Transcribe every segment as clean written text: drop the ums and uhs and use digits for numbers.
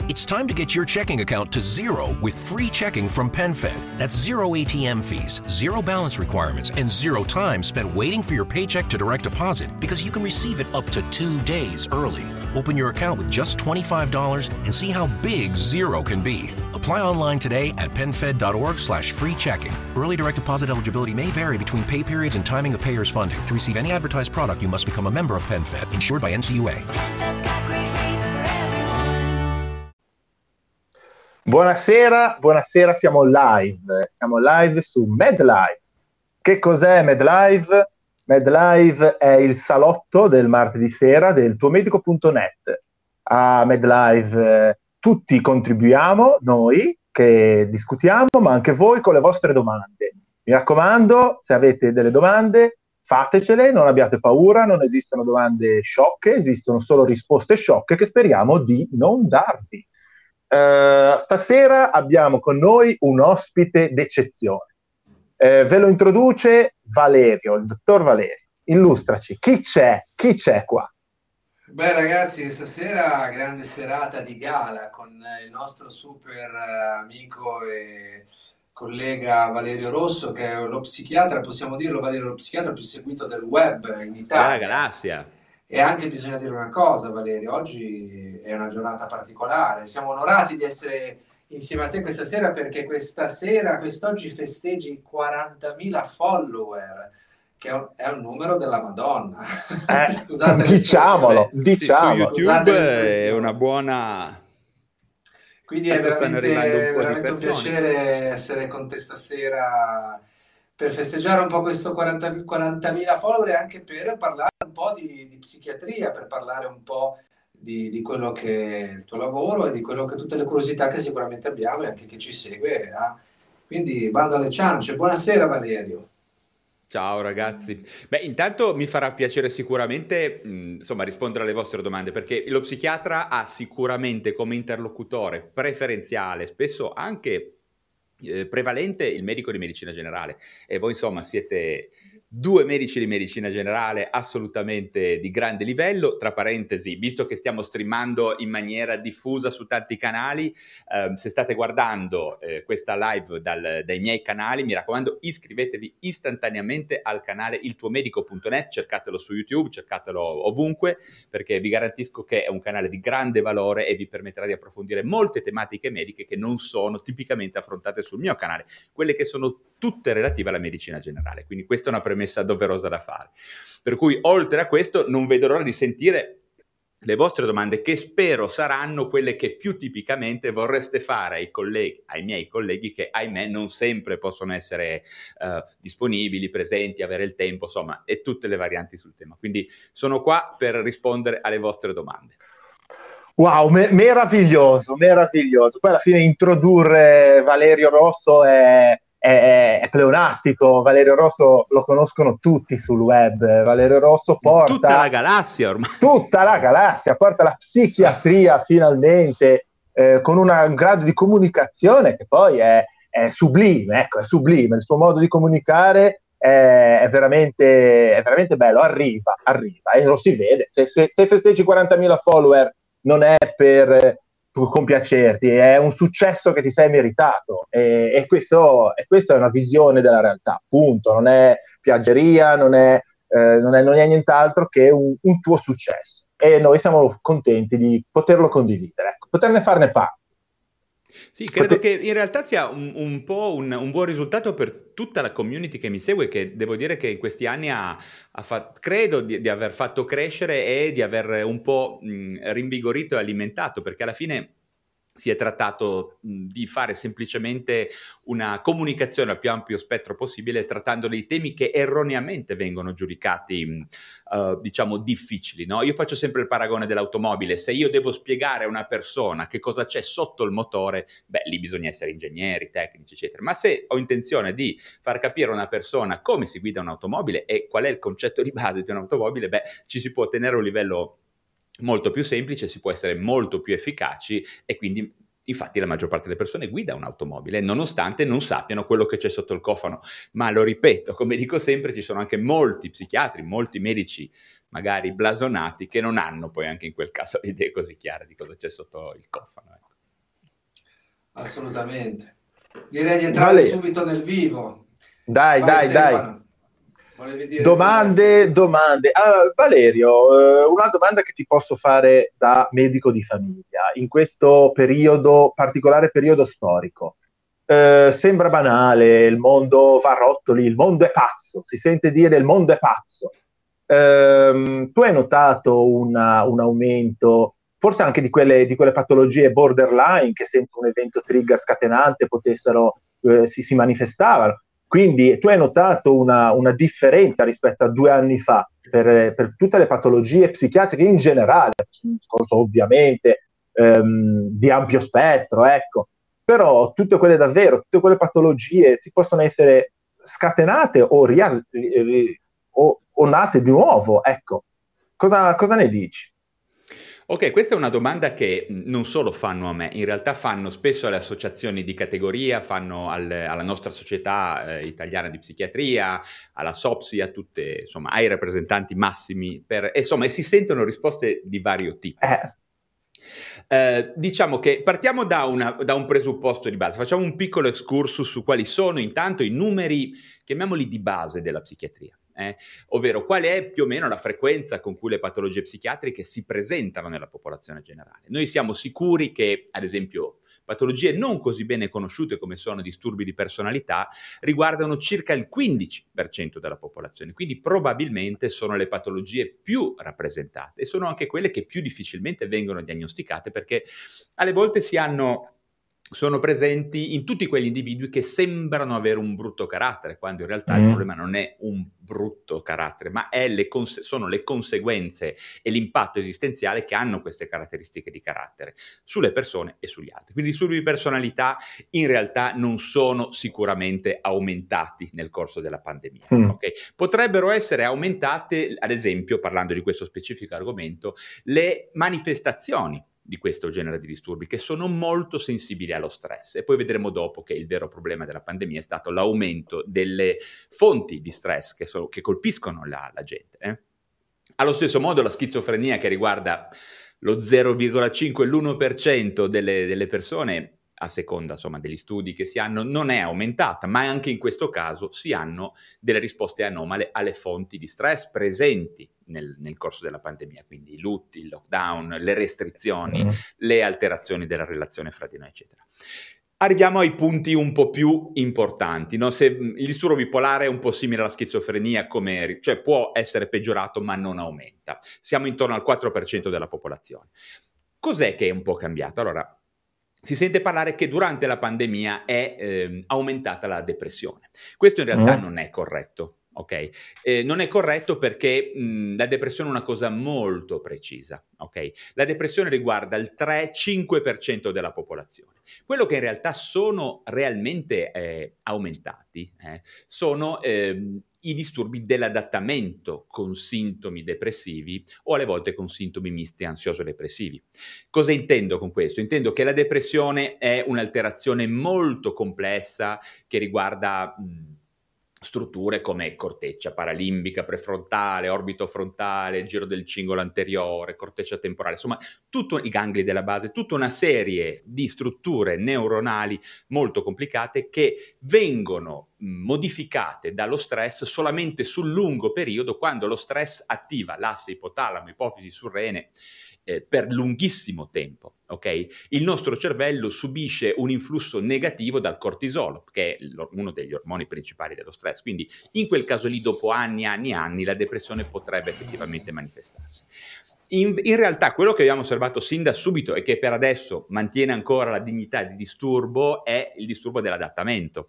It's time to get your checking account to zero with free checking from PenFed. That's zero ATM fees, zero balance requirements, and zero time spent waiting for your paycheck to direct deposit because you can receive it up to 2 days early. Open your account with just $25 and see how big zero can be. Apply online today at PenFed.org/free checking. Early direct deposit eligibility may vary between pay periods and timing of payers' funding. To receive any advertised product, you must become a member of PenFed, insured by NCUA. Buonasera, siamo live su MedLive. Che cos'è MedLive? MedLive è il salotto del martedì sera del tuomedico.net. A MedLive tutti contribuiamo, noi che discutiamo, ma anche voi con le vostre domande. Mi raccomando, se avete delle domande, fatecele, non abbiate paura, non esistono domande sciocche, esistono solo risposte sciocche che speriamo di non darvi. Stasera abbiamo con noi un ospite d'eccezione. Ve lo introduce Valerio, il dottor Valerio. Illustraci, chi c'è qua? Beh ragazzi, stasera grande serata di gala con il nostro super amico e collega Valerio Rosso, che è lo psichiatra, possiamo dirlo, Valerio, lo psichiatra più seguito del web in Italia. La galassia. E anche bisogna dire una cosa, Valerio, oggi è una giornata particolare, siamo onorati di essere insieme a te questa sera perché quest'oggi festeggi 40.000 follower, che è un numero della Madonna. Scusate diciamolo. Sì, su YouTube è una buona... Quindi è veramente un piacere essere con te stasera per festeggiare un po' questo 40.000 follower e anche per parlare un po' di psichiatria, per parlare un po' di quello che è il tuo lavoro e di quello che tutte le curiosità che sicuramente abbiamo e anche chi ci segue ha. Quindi bando alle ciance. Buonasera Valerio. Ciao ragazzi. Beh, intanto mi farà piacere sicuramente rispondere alle vostre domande, perché lo psichiatra ha sicuramente come interlocutore preferenziale, spesso anche prevalente, il medico di medicina generale, e voi siete due medici di medicina generale assolutamente di grande livello. Tra parentesi, visto che stiamo streamando in maniera diffusa su tanti canali, se state guardando questa live dai miei canali, mi raccomando, iscrivetevi istantaneamente al canale iltuomedico.net, cercatelo su YouTube, cercatelo ovunque, perché vi garantisco che è un canale di grande valore e vi permetterà di approfondire molte tematiche mediche che non sono tipicamente affrontate sul mio canale, quelle che sono tutte relative alla medicina generale. Quindi questa è una premessa doverosa da fare. Per cui, oltre a questo, non vedo l'ora di sentire le vostre domande, che spero saranno quelle che più tipicamente vorreste fare ai miei colleghi, che ahimè non sempre possono essere disponibili, presenti, avere il tempo, e tutte le varianti sul tema. Quindi sono qua per rispondere alle vostre domande. Wow, meraviglioso. Poi alla fine introdurre Valerio Rosso è pleonastico. Valerio Rosso lo conoscono tutti sul web. Valerio Rosso porta... Tutta la galassia ormai. Tutta la galassia, porta la psichiatria finalmente, con un grado di comunicazione che poi è sublime, ecco, è sublime. Il suo modo di comunicare è veramente bello, arriva e lo si vede. Se festeggi 40.000 follower non è per compiacerti, è un successo che ti sei meritato e questo è una visione della realtà, punto. Non è piaggeria, non è nient'altro che un tuo successo e noi siamo contenti di poterlo condividere, ecco, poterne farne parte. Sì, credo che in realtà sia un po' un buon risultato per tutta la community che mi segue, che devo dire che in questi anni credo di aver fatto crescere e di aver un po' rinvigorito e alimentato, perché alla fine si è trattato di fare semplicemente una comunicazione al più ampio spettro possibile, trattando dei temi che erroneamente vengono giudicati, difficili, no? Io faccio sempre il paragone dell'automobile. Se io devo spiegare a una persona che cosa c'è sotto il motore, lì bisogna essere ingegneri, tecnici, eccetera. Ma se ho intenzione di far capire a una persona come si guida un'automobile e qual è il concetto di base di un'automobile, ci si può tenere a un livello molto più semplice, si può essere molto più efficaci e quindi infatti la maggior parte delle persone guida un'automobile nonostante non sappiano quello che c'è sotto il cofano. Ma lo ripeto, come dico sempre, ci sono anche molti psichiatri, molti medici magari blasonati che non hanno poi anche in quel caso idee così chiare di cosa c'è sotto il cofano, ecco. Assolutamente. Direi di entrare subito nel vivo. Dai. Volevi dire domande. Allora, Valerio, una domanda che ti posso fare da medico di famiglia in questo particolare periodo storico. Sembra banale, il mondo va a rotoli, il mondo è pazzo, si sente dire il mondo è pazzo. Tu hai notato un aumento, forse anche di quelle patologie borderline che senza un evento trigger scatenante si manifestavano? Quindi tu hai notato una differenza rispetto a 2 anni fa per tutte le patologie psichiatriche in generale, un discorso ovviamente di ampio spettro, ecco, però tutte quelle patologie si possono essere scatenate o nate di nuovo, ecco. Cosa ne dici? Ok, questa è una domanda che non solo fanno a me, in realtà fanno spesso alle associazioni di categoria, fanno alla nostra società italiana di psichiatria, alla SOPSI, a tutte, insomma, ai rappresentanti massimi, e si sentono risposte di vario tipo. Diciamo che partiamo da un presupposto di base, facciamo un piccolo excursus su quali sono intanto i numeri, chiamiamoli di base della psichiatria. Ovvero qual è più o meno la frequenza con cui le patologie psichiatriche si presentano nella popolazione generale. Noi siamo sicuri che, ad esempio, patologie non così bene conosciute come sono disturbi di personalità riguardano circa il 15% della popolazione, quindi probabilmente sono le patologie più rappresentate e sono anche quelle che più difficilmente vengono diagnosticate, perché alle volte sono presenti in tutti quegli individui che sembrano avere un brutto carattere, quando in realtà il problema non è un brutto carattere, ma sono le conseguenze e l'impatto esistenziale che hanno queste caratteristiche di carattere sulle persone e sugli altri. Quindi i disturbi di personalità in realtà non sono sicuramente aumentati nel corso della pandemia. Okay? Potrebbero essere aumentate, ad esempio, parlando di questo specifico argomento, le manifestazioni di questo genere di disturbi, che sono molto sensibili allo stress, e poi vedremo dopo che il vero problema della pandemia è stato l'aumento delle fonti di stress che colpiscono la gente. Allo stesso modo la schizofrenia, che riguarda lo 0,5 e l'1% delle persone, a seconda insomma degli studi che si hanno, non è aumentata, ma anche in questo caso si hanno delle risposte anomale alle fonti di stress presenti nel corso della pandemia, quindi i lutti, il lockdown, le restrizioni, le alterazioni della relazione fra di noi, eccetera. Arriviamo ai punti un po' più importanti, no? Se il disturbo bipolare è un po' simile alla schizofrenia, cioè può essere peggiorato ma non aumenta. Siamo intorno al 4% della popolazione. Cos'è che è un po' cambiato? Allora, si sente parlare che durante la pandemia è aumentata la depressione. Questo in realtà non è corretto. Ok, non è corretto perché la depressione è una cosa molto precisa. Ok, la depressione riguarda il 3-5% della popolazione. Quello che in realtà sono realmente aumentati sono i disturbi dell'adattamento con sintomi depressivi o alle volte con sintomi misti ansioso-depressivi. Cosa intendo con questo? Intendo che la depressione è un'alterazione molto complessa che riguarda strutture come corteccia paralimbica prefrontale, orbito frontale, giro del cingolo anteriore, corteccia temporale, insomma, i gangli della base, tutta una serie di strutture neuronali molto complicate che vengono modificate dallo stress solamente sul lungo periodo, quando lo stress attiva l'asse ipotalamo-ipofisi surrene per lunghissimo tempo. Okay? Il nostro cervello subisce un influsso negativo dal cortisolo, che è uno degli ormoni principali dello stress, quindi in quel caso lì, dopo anni la depressione potrebbe effettivamente manifestarsi. In realtà quello che abbiamo osservato sin da subito e che per adesso mantiene ancora la dignità di disturbo è il disturbo dell'adattamento.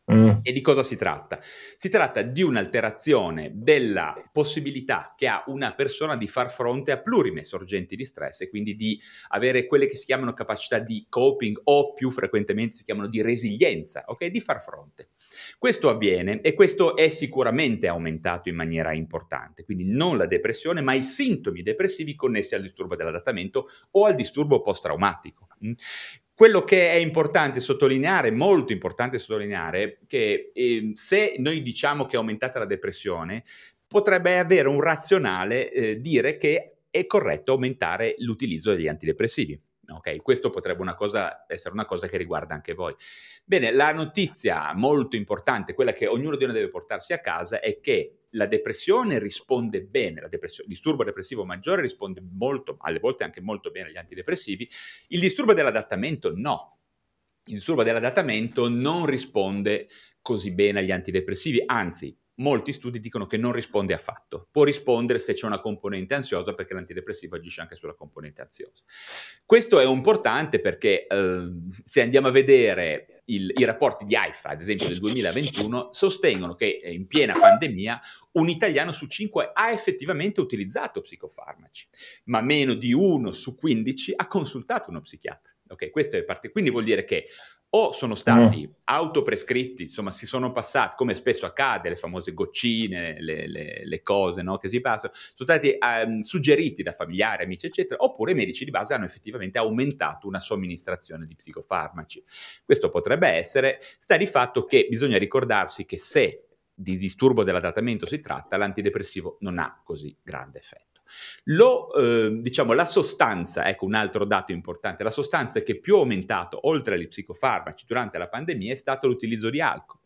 E di cosa si tratta? Si tratta di un'alterazione della possibilità che ha una persona di far fronte a plurime sorgenti di stress e quindi di avere quelle che si chiamano capacità di coping o più frequentemente si chiamano di resilienza, ok? Di far fronte. Questo avviene e questo è sicuramente aumentato in maniera importante, quindi non la depressione ma i sintomi depressivi connessi al disturbo dell'adattamento o al disturbo post-traumatico. Quello che è importante sottolineare, molto importante sottolineare, che se noi diciamo che è aumentata la depressione, potrebbe avere un razionale dire che è corretto aumentare l'utilizzo degli antidepressivi. Ok, questo potrebbe essere una cosa che riguarda anche voi. Bene, la notizia molto importante, quella che ognuno di noi deve portarsi a casa, è che la depressione risponde bene, il disturbo depressivo maggiore risponde molto, alle volte anche molto bene agli antidepressivi, il disturbo dell'adattamento no. Il disturbo dell'adattamento non risponde così bene agli antidepressivi, anzi, molti studi dicono che non risponde affatto. Può rispondere se c'è una componente ansiosa, perché l'antidepressivo agisce anche sulla componente ansiosa. Questo è importante perché se andiamo a vedere i rapporti di AIFA, ad esempio del 2021, sostengono che in piena pandemia un italiano su 5 ha effettivamente utilizzato psicofarmaci, ma meno di 1 su 15 ha consultato uno psichiatra. Ok, questo è parte. Quindi vuol dire che o sono stati autoprescritti, insomma si sono passati, come spesso accade, le famose goccine, le cose, no, che si passano, sono stati suggeriti da familiari, amici, eccetera, oppure i medici di base hanno effettivamente aumentato una somministrazione di psicofarmaci. Questo potrebbe essere, sta di fatto che bisogna ricordarsi che se di disturbo dell'adattamento si tratta, l'antidepressivo non ha così grande effetto. Diciamo, la sostanza, ecco un altro dato importante, la sostanza che più ha aumentato, oltre agli psicofarmaci, durante la pandemia è stato l'utilizzo di alcol.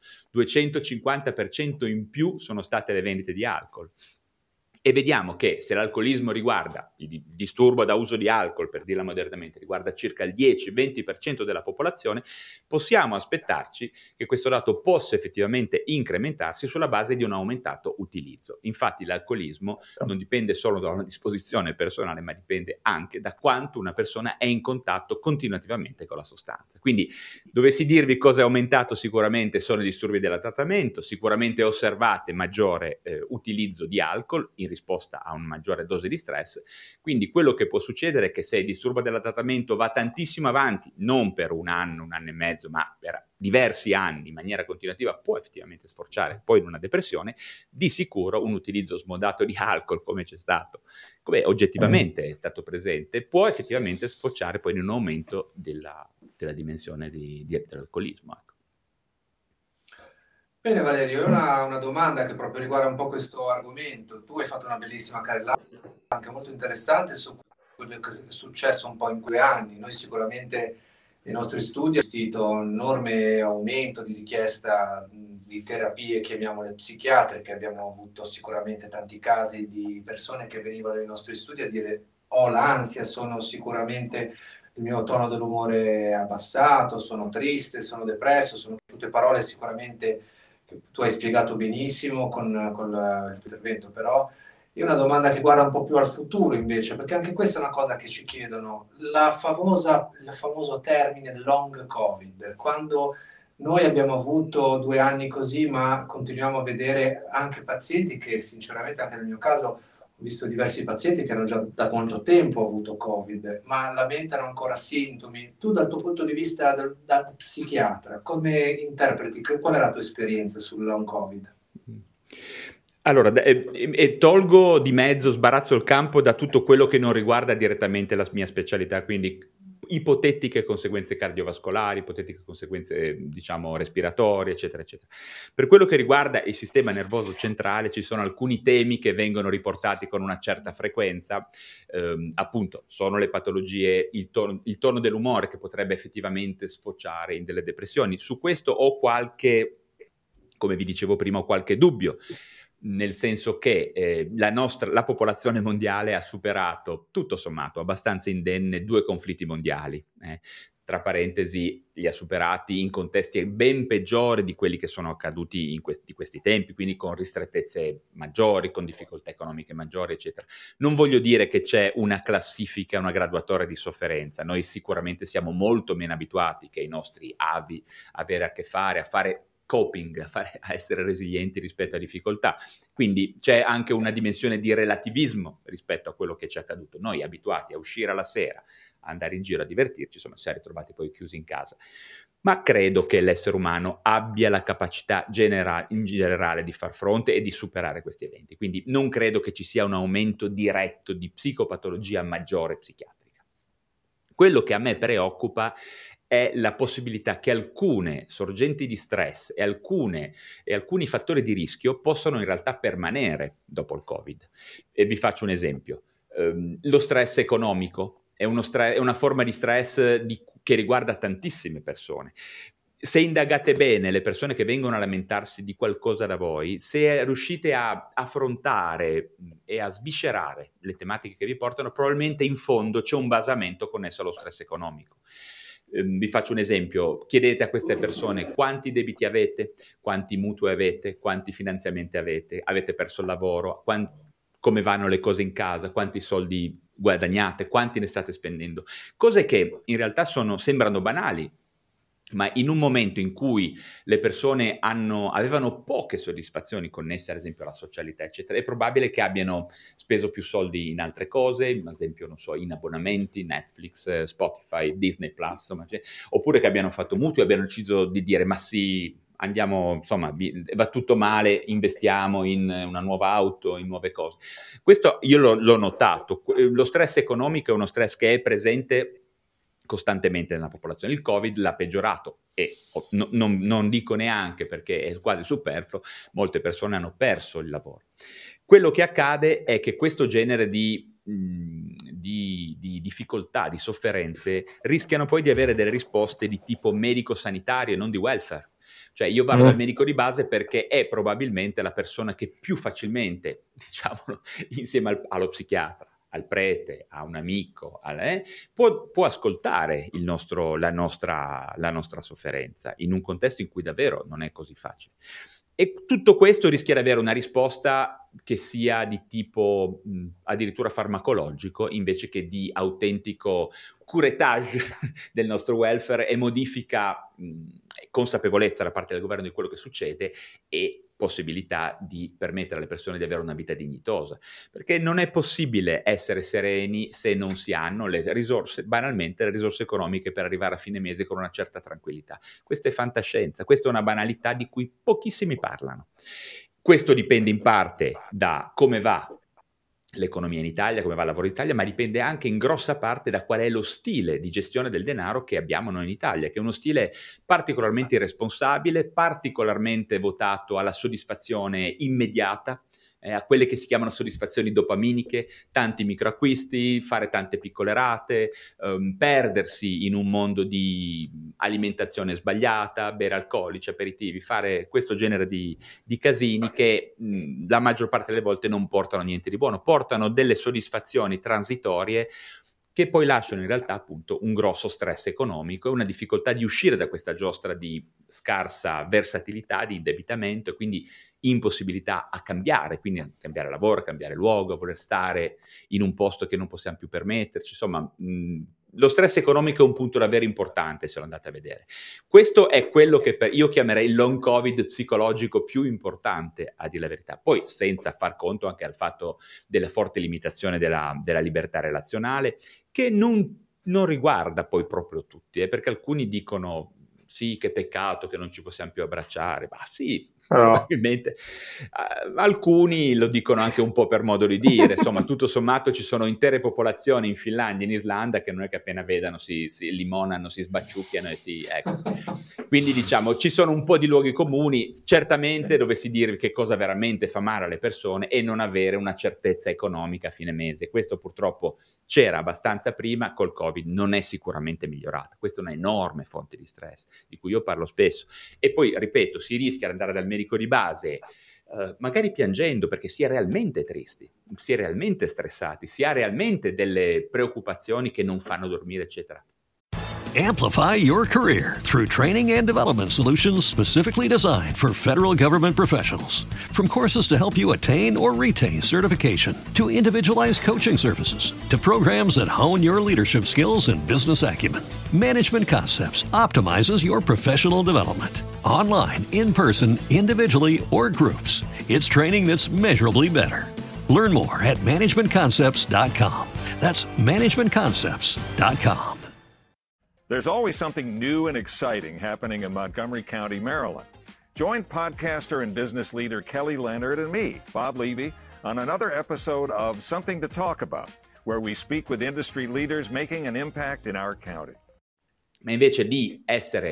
250% in più sono state le vendite di alcol. E vediamo che se l'alcolismo riguarda, il disturbo da uso di alcol, per dirla modernamente, riguarda circa il 10-20% della popolazione, possiamo aspettarci che questo dato possa effettivamente incrementarsi sulla base di un aumentato utilizzo. Infatti l'alcolismo non dipende solo da una disposizione personale, ma dipende anche da quanto una persona è in contatto continuativamente con la sostanza. Quindi dovessi dirvi cosa è aumentato, sicuramente sono i disturbi dell'adattamento, sicuramente osservate maggiore utilizzo di alcol in risposta a una maggiore dose di stress. Quindi quello che può succedere è che se il disturbo dell'adattamento va tantissimo avanti, non per un anno e mezzo, ma per diversi anni in maniera continuativa, può effettivamente sfociare poi in una depressione. Di sicuro un utilizzo smodato di alcol, come c'è stato, come oggettivamente è stato presente, può effettivamente sfociare poi in un aumento della dimensione dell'alcolismo. Ecco. Bene Valerio, una domanda che proprio riguarda un po' questo argomento. Tu hai fatto una bellissima carrellata, anche molto interessante, su quello che è successo un po' in quei anni. Noi sicuramente nei nostri studi abbiamo assistito a un enorme aumento di richiesta di terapie, chiamiamole psichiatriche. Abbiamo avuto sicuramente tanti casi di persone che venivano nei nostri studi a dire ho l'ansia, sono sicuramente... il mio tono dell'umore è abbassato, sono triste, sono depresso, sono tutte parole sicuramente che tu hai spiegato benissimo con il tuo intervento, però è una domanda che guarda un po' più al futuro invece, perché anche questa è una cosa che ci chiedono, il famoso termine long covid, quando noi abbiamo avuto 2 anni così, ma continuiamo a vedere anche pazienti che sinceramente, anche nel mio caso, ho visto diversi pazienti che hanno già da molto tempo avuto Covid, ma lamentano ancora sintomi. Tu dal tuo punto di vista da psichiatra, come interpreti? Qual è la tua esperienza sul long Covid? Allora, tolgo di mezzo, sbarazzo il campo da tutto quello che non riguarda direttamente la mia specialità, quindi ipotetiche conseguenze cardiovascolari, ipotetiche conseguenze, diciamo, respiratorie, eccetera, eccetera. Per quello che riguarda il sistema nervoso centrale, ci sono alcuni temi che vengono riportati con una certa frequenza, appunto, sono le patologie, il tono dell'umore che potrebbe effettivamente sfociare in delle depressioni. Su questo ho qualche, come vi dicevo prima, ho qualche dubbio, nel senso che la popolazione mondiale ha superato, tutto sommato, abbastanza indenne 2 conflitti mondiali. Tra parentesi, li ha superati in contesti ben peggiori di quelli che sono accaduti di questi tempi, quindi con ristrettezze maggiori, con difficoltà economiche maggiori, eccetera. Non voglio dire che c'è una classifica, una graduatoria di sofferenza. Noi sicuramente siamo molto meno abituati che i nostri avi a avere a che fare, a fare coping, a essere resilienti rispetto a difficoltà. Quindi c'è anche una dimensione di relativismo rispetto a quello che ci è accaduto. Noi abituati a uscire alla sera, a andare in giro a divertirci, ci siamo ritrovati poi chiusi in casa. Ma credo che l'essere umano abbia la capacità in generale di far fronte e di superare questi eventi. Quindi non credo che ci sia un aumento diretto di psicopatologia maggiore psichiatrica. Quello che a me preoccupa è la possibilità che alcune sorgenti di stress e alcuni fattori di rischio possano in realtà permanere dopo il Covid. E vi faccio un esempio. Lo stress economico è una forma di stress che riguarda tantissime persone. Se indagate bene le persone che vengono a lamentarsi di qualcosa da voi, se riuscite a affrontare e a sviscerare le tematiche che vi portano, probabilmente in fondo c'è un basamento connesso allo stress economico. Vi faccio un esempio: chiedete a queste persone quanti debiti avete, quanti mutui avete, quanti finanziamenti avete perso il lavoro, come vanno le cose in casa, quanti soldi guadagnate, quanti ne state spendendo. Cose che in realtà sembrano banali, ma in un momento in cui le persone avevano poche soddisfazioni connesse ad esempio alla socialità eccetera, è probabile che abbiano speso più soldi in altre cose, ad esempio non so, in abbonamenti, Netflix, Spotify, Disney Plus, insomma, oppure che abbiano fatto mutui, abbiano deciso di dire ma sì, andiamo, insomma, va tutto male, investiamo in una nuova auto, in nuove cose. Questo io l'ho notato. Lo stress economico è uno stress che è presente costantemente nella popolazione. Il Covid l'ha peggiorato e non dico neanche perché è quasi superfluo, molte persone hanno perso il lavoro. Quello che accade è che questo genere di difficoltà, di sofferenze, rischiano poi di avere delle risposte di tipo medico-sanitario e non di welfare. Cioè io vado dal medico di base perché è probabilmente la persona che più facilmente, diciamo, insieme allo psichiatra, al prete, a un amico, può ascoltare la nostra sofferenza in un contesto in cui davvero non è così facile. E tutto questo rischia di avere una risposta che sia di tipo addirittura farmacologico invece che di autentico curettage del nostro welfare e modifica consapevolezza da parte del governo di quello che succede e possibilità di permettere alle persone di avere una vita dignitosa, perché non è possibile essere sereni se non si hanno le risorse, banalmente le risorse economiche per arrivare a fine mese con una certa tranquillità. Questa è fantascienza, questa è una banalità di cui pochissimi parlano. Questo dipende in parte da come va l'economia in Italia, come va il lavoro in Italia, ma dipende anche in grossa parte da qual è lo stile di gestione del denaro che abbiamo noi in Italia, che è uno stile particolarmente irresponsabile, particolarmente votato alla soddisfazione immediata, a quelle che si chiamano soddisfazioni dopaminiche, tanti microacquisti, fare tante piccole rate, perdersi in un mondo di alimentazione sbagliata, bere alcolici, aperitivi, fare questo genere di casini che la maggior parte delle volte non portano niente di buono, portano delle soddisfazioni transitorie che poi lasciano in realtà appunto un grosso stress economico e una difficoltà di uscire da questa giostra di scarsa versatilità, di indebitamento e quindi impossibilità a cambiare, quindi a cambiare lavoro, a cambiare luogo, a voler stare in un posto che non possiamo più permetterci, insomma lo stress economico è un punto davvero importante se lo andate a vedere. Questo è quello che io chiamerei il long covid psicologico più importante, a dire la verità, poi senza far conto anche al fatto della forte limitazione della libertà relazionale, che non riguarda poi proprio tutti, perché alcuni dicono sì, che peccato che non ci possiamo più abbracciare, ma sì, probabilmente alcuni lo dicono anche un po' per modo di dire, insomma tutto sommato ci sono intere popolazioni in Finlandia, in Islanda che non è che appena vedano si limonano, si sbacciucchiano e ecco. Quindi diciamo ci sono un po' di luoghi comuni, certamente dovessi dire che cosa veramente fa male alle persone e non avere una certezza economica a fine mese. Questo purtroppo c'era abbastanza prima, col Covid non è sicuramente migliorato. Questa è una enorme fonte di stress di cui io parlo spesso e poi ripeto, si rischia di andare dal medico di base magari piangendo perché si è realmente tristi, si è realmente stressati, si ha realmente delle preoccupazioni che non fanno dormire eccetera. Amplify your career through training and development solutions specifically designed for federal government professionals. From courses to help you attain or retain certification, to individualized coaching services, to programs that hone your leadership skills and business acumen, Management Concepts optimizes your professional development. Online, in person, individually, or groups, it's training that's measurably better. Learn more at managementconcepts.com. That's managementconcepts.com. There's always something new and exciting happening in Montgomery County, Maryland. Join podcaster and business leader Kelly Leonard and me, Bob Levy, on another episode of Something to Talk About, where we speak with industry leaders making an impact in our county. Ma invece di essere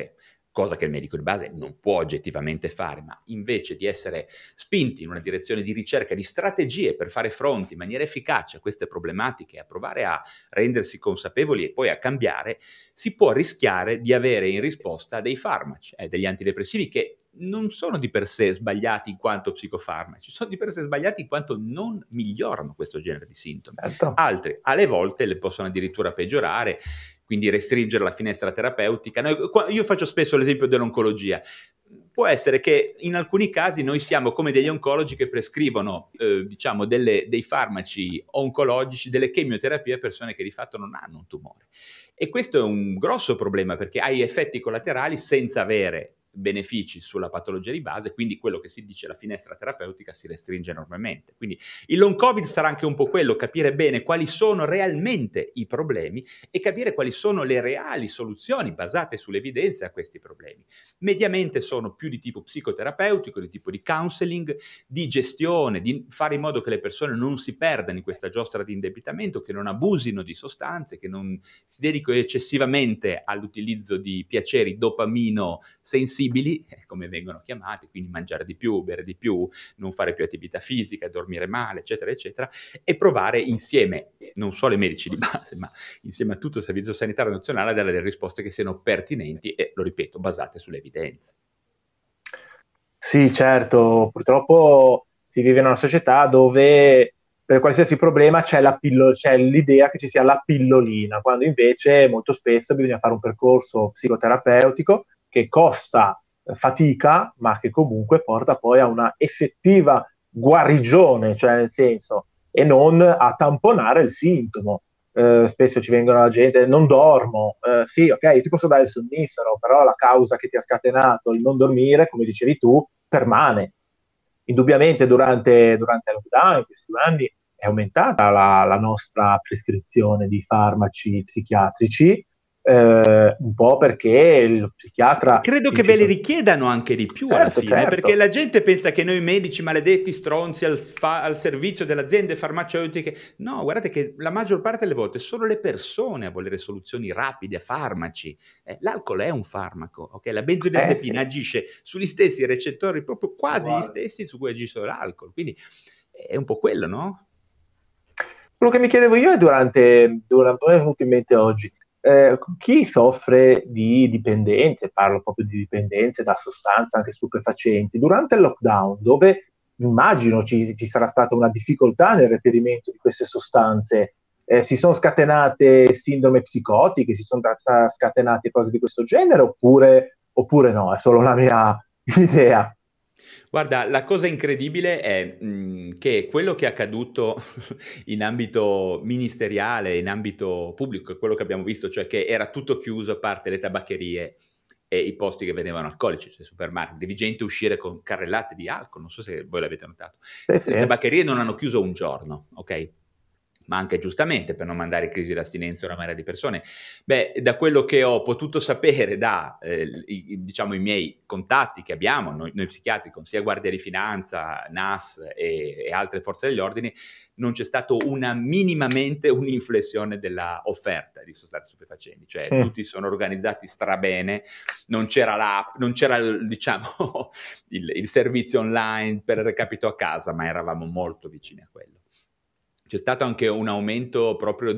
cosa che il medico di base non può oggettivamente fare, ma invece di essere spinti in una direzione di ricerca di strategie per fare fronte in maniera efficace a queste problematiche, a provare a rendersi consapevoli e poi a cambiare, si può rischiare di avere in risposta dei farmaci, degli antidepressivi che non sono di per sé sbagliati in quanto psicofarmaci, sono di per sé sbagliati in quanto non migliorano questo genere di sintomi. Certo. Altri, alle volte, le possono addirittura peggiorare, quindi restringere la finestra terapeutica. Io faccio spesso l'esempio dell'oncologia. Può essere che in alcuni casi noi siamo come degli oncologi che prescrivono diciamo dei farmaci oncologici, delle chemioterapie a persone che di fatto non hanno un tumore. E questo è un grosso problema perché hai effetti collaterali senza avere benefici sulla patologia di base, quindi quello che si dice la finestra terapeutica si restringe enormemente. Quindi il long covid sarà anche un po' quello, capire bene quali sono realmente i problemi e capire quali sono le reali soluzioni basate sulle evidenze a questi problemi. Mediamente sono più di tipo psicoterapeutico, di tipo di counseling, di gestione, di fare in modo che le persone non si perdano in questa giostra di indebitamento, che non abusino di sostanze, che non si dedichino eccessivamente all'utilizzo di piaceri dopamino sensibili, come vengono chiamati, quindi mangiare di più, bere di più, non fare più attività fisica, dormire male, eccetera, eccetera, e provare insieme, non solo ai medici di base, ma insieme a tutto il Servizio Sanitario Nazionale, a dare delle risposte che siano pertinenti e, lo ripeto, basate sulle evidenze. Sì, certo, purtroppo si vive in una società dove per qualsiasi problema c'è l'idea che ci sia la pillolina, quando invece molto spesso bisogna fare un percorso psicoterapeutico che costa fatica, ma che comunque porta poi a una effettiva guarigione, cioè nel senso, e non a tamponare il sintomo. Spesso ci vengono la gente, non dormo, sì, ok, ti posso dare il sonnifero, però la causa che ti ha scatenato il non dormire, come dicevi tu, permane. Indubbiamente durante il lockdown, in questi 2 anni, è aumentata la nostra prescrizione di farmaci psichiatrici, un po' perché lo psichiatra... Credo che ve li richiedano anche di più alla fine, certo. Perché la gente pensa che noi medici maledetti stronzi al servizio delle aziende farmaceutiche, no, guardate che la maggior parte delle volte sono le persone a volere soluzioni rapide, a farmaci. L'alcol è un farmaco, ok? La benzodiazepina agisce sugli stessi recettori, proprio quasi gli stessi su cui agisce l'alcol, quindi è un po' quello, no? Quello che mi chiedevo io è durante è venuto in mente oggi, chi soffre di dipendenze, parlo proprio di dipendenze da sostanze anche stupefacenti, durante il lockdown, dove immagino ci sarà stata una difficoltà nel reperimento di queste sostanze, si sono scatenate sindrome psicotiche, si sono scatenate cose di questo genere, oppure no, è solo la mia idea. Guarda, la cosa incredibile è che quello che è accaduto in ambito ministeriale, in ambito pubblico, è quello che abbiamo visto, cioè che era tutto chiuso a parte le tabaccherie e i posti che vendevano alcolici, cioè supermarket, devi gente uscire con carrellate di alcol, non so se voi l'avete notato. Sì. Le tabaccherie non hanno chiuso un giorno, ok? Ma anche giustamente per non mandare in crisi d'astinenza una marea di persone. Beh, da quello che ho potuto sapere da diciamo, i miei contatti che abbiamo, noi psichiatri, con sia Guardia di Finanza, NAS e altre forze degli ordini, non c'è stato minimamente un'inflessione della offerta di sostanze stupefacenti, cioè tutti sono organizzati strabene, non c'era l'app, non c'era diciamo il servizio online per recapito a casa, ma eravamo molto vicini a quello. C'è stato anche un aumento proprio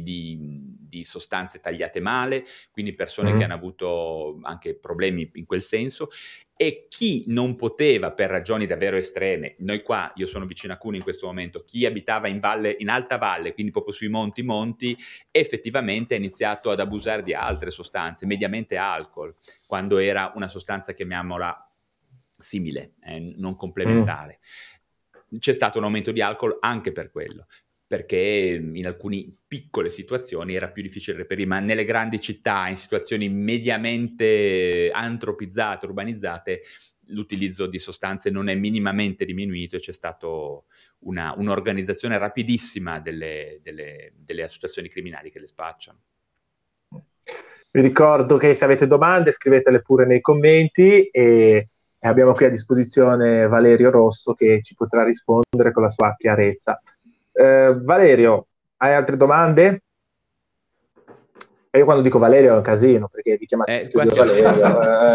di sostanze tagliate male, quindi persone che hanno avuto anche problemi in quel senso, e chi non poteva per ragioni davvero estreme, noi qua, io sono vicino a Cuneo in questo momento, chi abitava in alta valle, quindi proprio sui monti, effettivamente ha iniziato ad abusare di altre sostanze, mediamente alcol, quando era una sostanza, chiamiamola, simile, non complementare. C'è stato un aumento di alcol anche per quello, perché in alcune piccole situazioni era più difficile reperire, ma nelle grandi città, in situazioni mediamente antropizzate, urbanizzate, l'utilizzo di sostanze non è minimamente diminuito e c'è stata un'organizzazione rapidissima delle associazioni criminali che le spacciano. Vi ricordo che se avete domande scrivetele pure nei commenti e abbiamo qui a disposizione Valerio Rosso che ci potrà rispondere con la sua chiarezza. Valerio, hai altre domande? E io quando dico Valerio è un casino, perché vi chiamate tutti e due Valerio.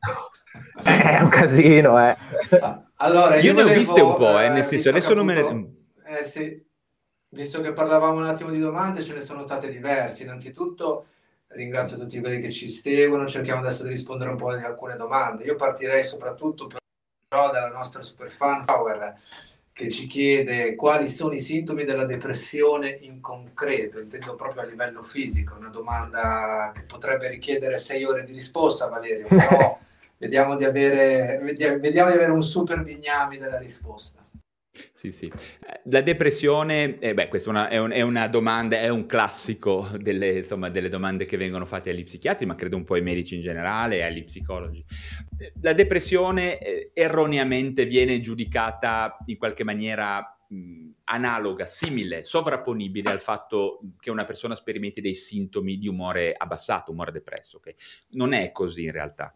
È un casino, Allora, io ne ho viste un po', nel senso, adesso non me ne... sì, visto che parlavamo un attimo di domande, ce ne sono state diverse. Innanzitutto ringrazio tutti quelli che ci seguono, cerchiamo adesso di rispondere un po' di alcune domande. Io partirei soprattutto però dalla nostra super fan Power, che ci chiede quali sono i sintomi della depressione in concreto, intendo proprio a livello fisico, una domanda che potrebbe richiedere 6 ore di risposta, Valerio, però vediamo di avere un super bignami della risposta. Sì. La depressione, questa è una domanda, è un classico delle domande che vengono fatte agli psichiatri, ma credo un po' ai medici in generale e agli psicologi. La depressione erroneamente viene giudicata in qualche maniera analoga, simile, sovrapponibile al fatto che una persona sperimenti dei sintomi di umore abbassato, umore depresso. Okay? Non è così in realtà.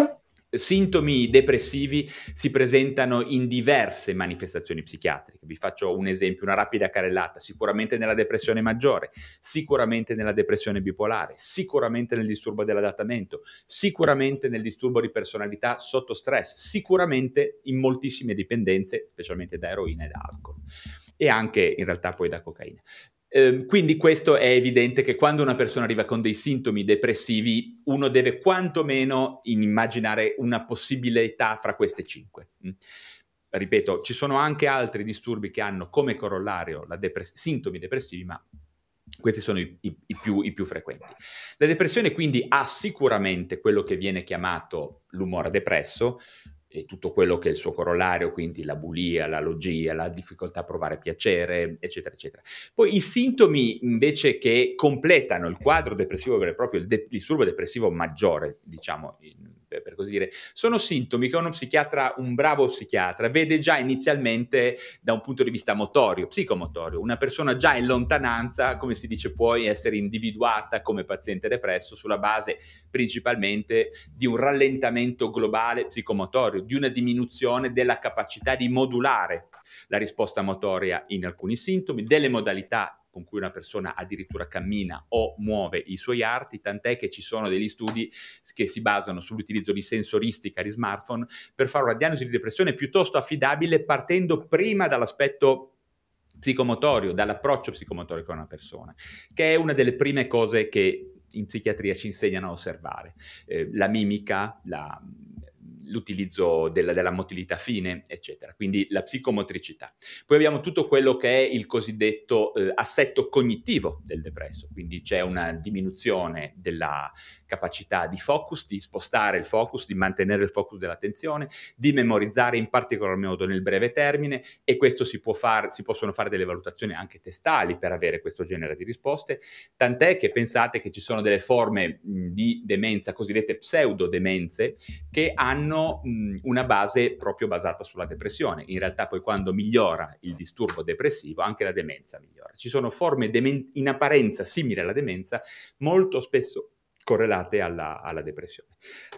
Sintomi depressivi si presentano in diverse manifestazioni psichiatriche. Vi faccio un esempio, una rapida carrellata. Sicuramente nella depressione maggiore, sicuramente nella depressione bipolare, sicuramente nel disturbo dell'adattamento, sicuramente nel disturbo di personalità sotto stress, sicuramente in moltissime dipendenze, specialmente da eroina e da alcol, e anche in realtà poi da cocaina. Quindi questo è evidente che quando una persona arriva con dei sintomi depressivi, uno deve quantomeno immaginare una possibilità fra queste 5. Ripeto, ci sono anche altri disturbi che hanno come corollario sintomi depressivi, ma questi sono i più frequenti. La depressione quindi ha sicuramente quello che viene chiamato l'umore depresso, e tutto quello che è il suo corollario, quindi la bulia, la logia, la difficoltà a provare piacere, eccetera, eccetera. Poi i sintomi invece che completano il quadro depressivo vero e proprio, il disturbo depressivo maggiore, diciamo, per così dire, sono sintomi che un bravo psichiatra vede già inizialmente da un punto di vista motorio, psicomotorio. Una persona già in lontananza, come si dice, può essere individuata come paziente depresso sulla base principalmente di un rallentamento globale psicomotorio, di una diminuzione della capacità di modulare la risposta motoria in alcuni sintomi, delle modalità con cui una persona addirittura cammina o muove i suoi arti, tant'è che ci sono degli studi che si basano sull'utilizzo di sensoristica di smartphone per fare una diagnosi di depressione piuttosto affidabile, partendo prima dall'aspetto psicomotorio, dall'approccio psicomotorio con una persona, che è una delle prime cose che in psichiatria ci insegnano a osservare. La mimica, l'utilizzo della motilità fine, eccetera. Quindi la psicomotricità. Poi abbiamo tutto quello che è il cosiddetto assetto cognitivo del depresso, quindi c'è una diminuzione della capacità di focus, di spostare il focus, di mantenere il focus dell'attenzione, di memorizzare in particolar modo nel breve termine, e questo si possono fare delle valutazioni anche testali per avere questo genere di risposte, tant'è che pensate che ci sono delle forme di demenza, cosiddette pseudodemenze, che hanno una base proprio basata sulla depressione. In realtà poi quando migliora il disturbo depressivo anche la demenza migliora. Ci sono forme in apparenza simili alla demenza, molto spesso correlate alla depressione.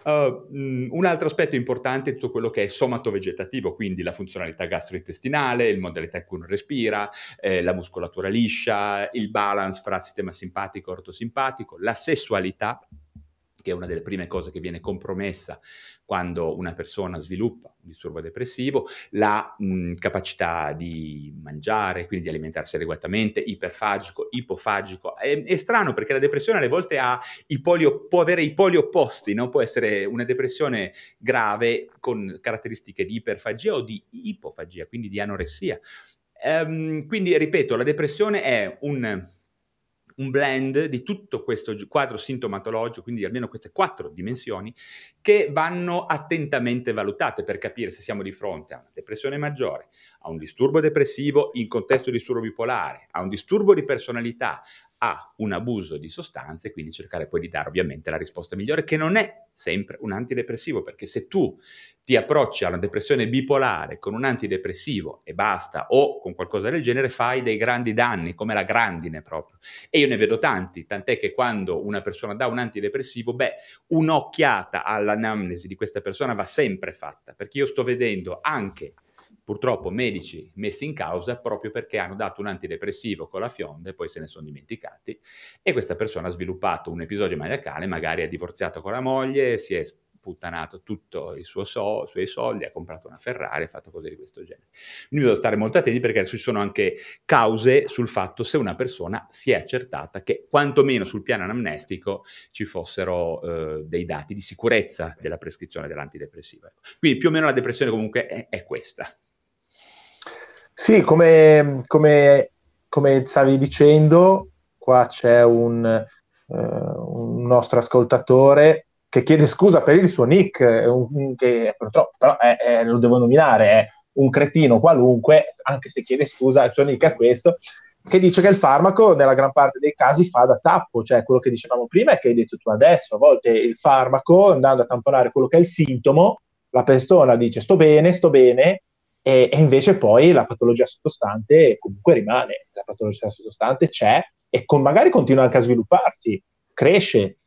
Un altro aspetto importante è tutto quello che è somatovegetativo, quindi la funzionalità gastrointestinale, il modalità in cui uno respira, la muscolatura liscia, il balance fra sistema simpatico e ortosimpatico, la sessualità, che è una delle prime cose che viene compromessa quando una persona sviluppa un disturbo depressivo, la capacità di mangiare, quindi di alimentarsi adeguatamente, iperfagico, ipofagico. È strano perché la depressione alle volte può avere i poli opposti, no? Può essere una depressione grave con caratteristiche di iperfagia o di ipofagia, quindi di anoressia. Quindi, ripeto, la depressione è un blend di tutto questo quadro sintomatologico, quindi almeno queste 4 dimensioni, che vanno attentamente valutate per capire se siamo di fronte a una depressione maggiore, a un disturbo depressivo in contesto di disturbo bipolare, a un disturbo di personalità, a un abuso di sostanze, quindi cercare poi di dare ovviamente la risposta migliore, che non è sempre un antidepressivo, perché se tu ti approcci a una depressione bipolare con un antidepressivo e basta, o con qualcosa del genere, fai dei grandi danni, come la grandine proprio. E io ne vedo tanti, tant'è che quando una persona dà un antidepressivo, un'occhiata all'anamnesi di questa persona va sempre fatta, perché io sto vedendo anche purtroppo medici messi in causa proprio perché hanno dato un antidepressivo con la fionda e poi se ne sono dimenticati, e questa persona ha sviluppato un episodio maniacale, magari ha divorziato con la moglie, si è sputtanato tutto i suoi soldi, ha comprato una Ferrari, ha fatto cose di questo genere. Quindi bisogna stare molto attenti, perché adesso ci sono anche cause sul fatto se una persona si è accertata che quantomeno sul piano anamnestico ci fossero dei dati di sicurezza della prescrizione dell'antidepressivo. Quindi più o meno la depressione comunque è questa. Sì, come stavi dicendo, qua c'è un nostro ascoltatore che chiede scusa per il suo nick, che purtroppo però lo devo nominare, è un cretino qualunque, anche se chiede scusa, il suo nick è questo, che dice che il farmaco nella gran parte dei casi fa da tappo, cioè quello che dicevamo prima è che hai detto tu adesso, a volte il farmaco, andando a tamponare quello che è il sintomo, la persona dice sto bene, e invece poi la patologia sottostante comunque rimane, la patologia sottostante c'è e magari continua anche a svilupparsi, cresce.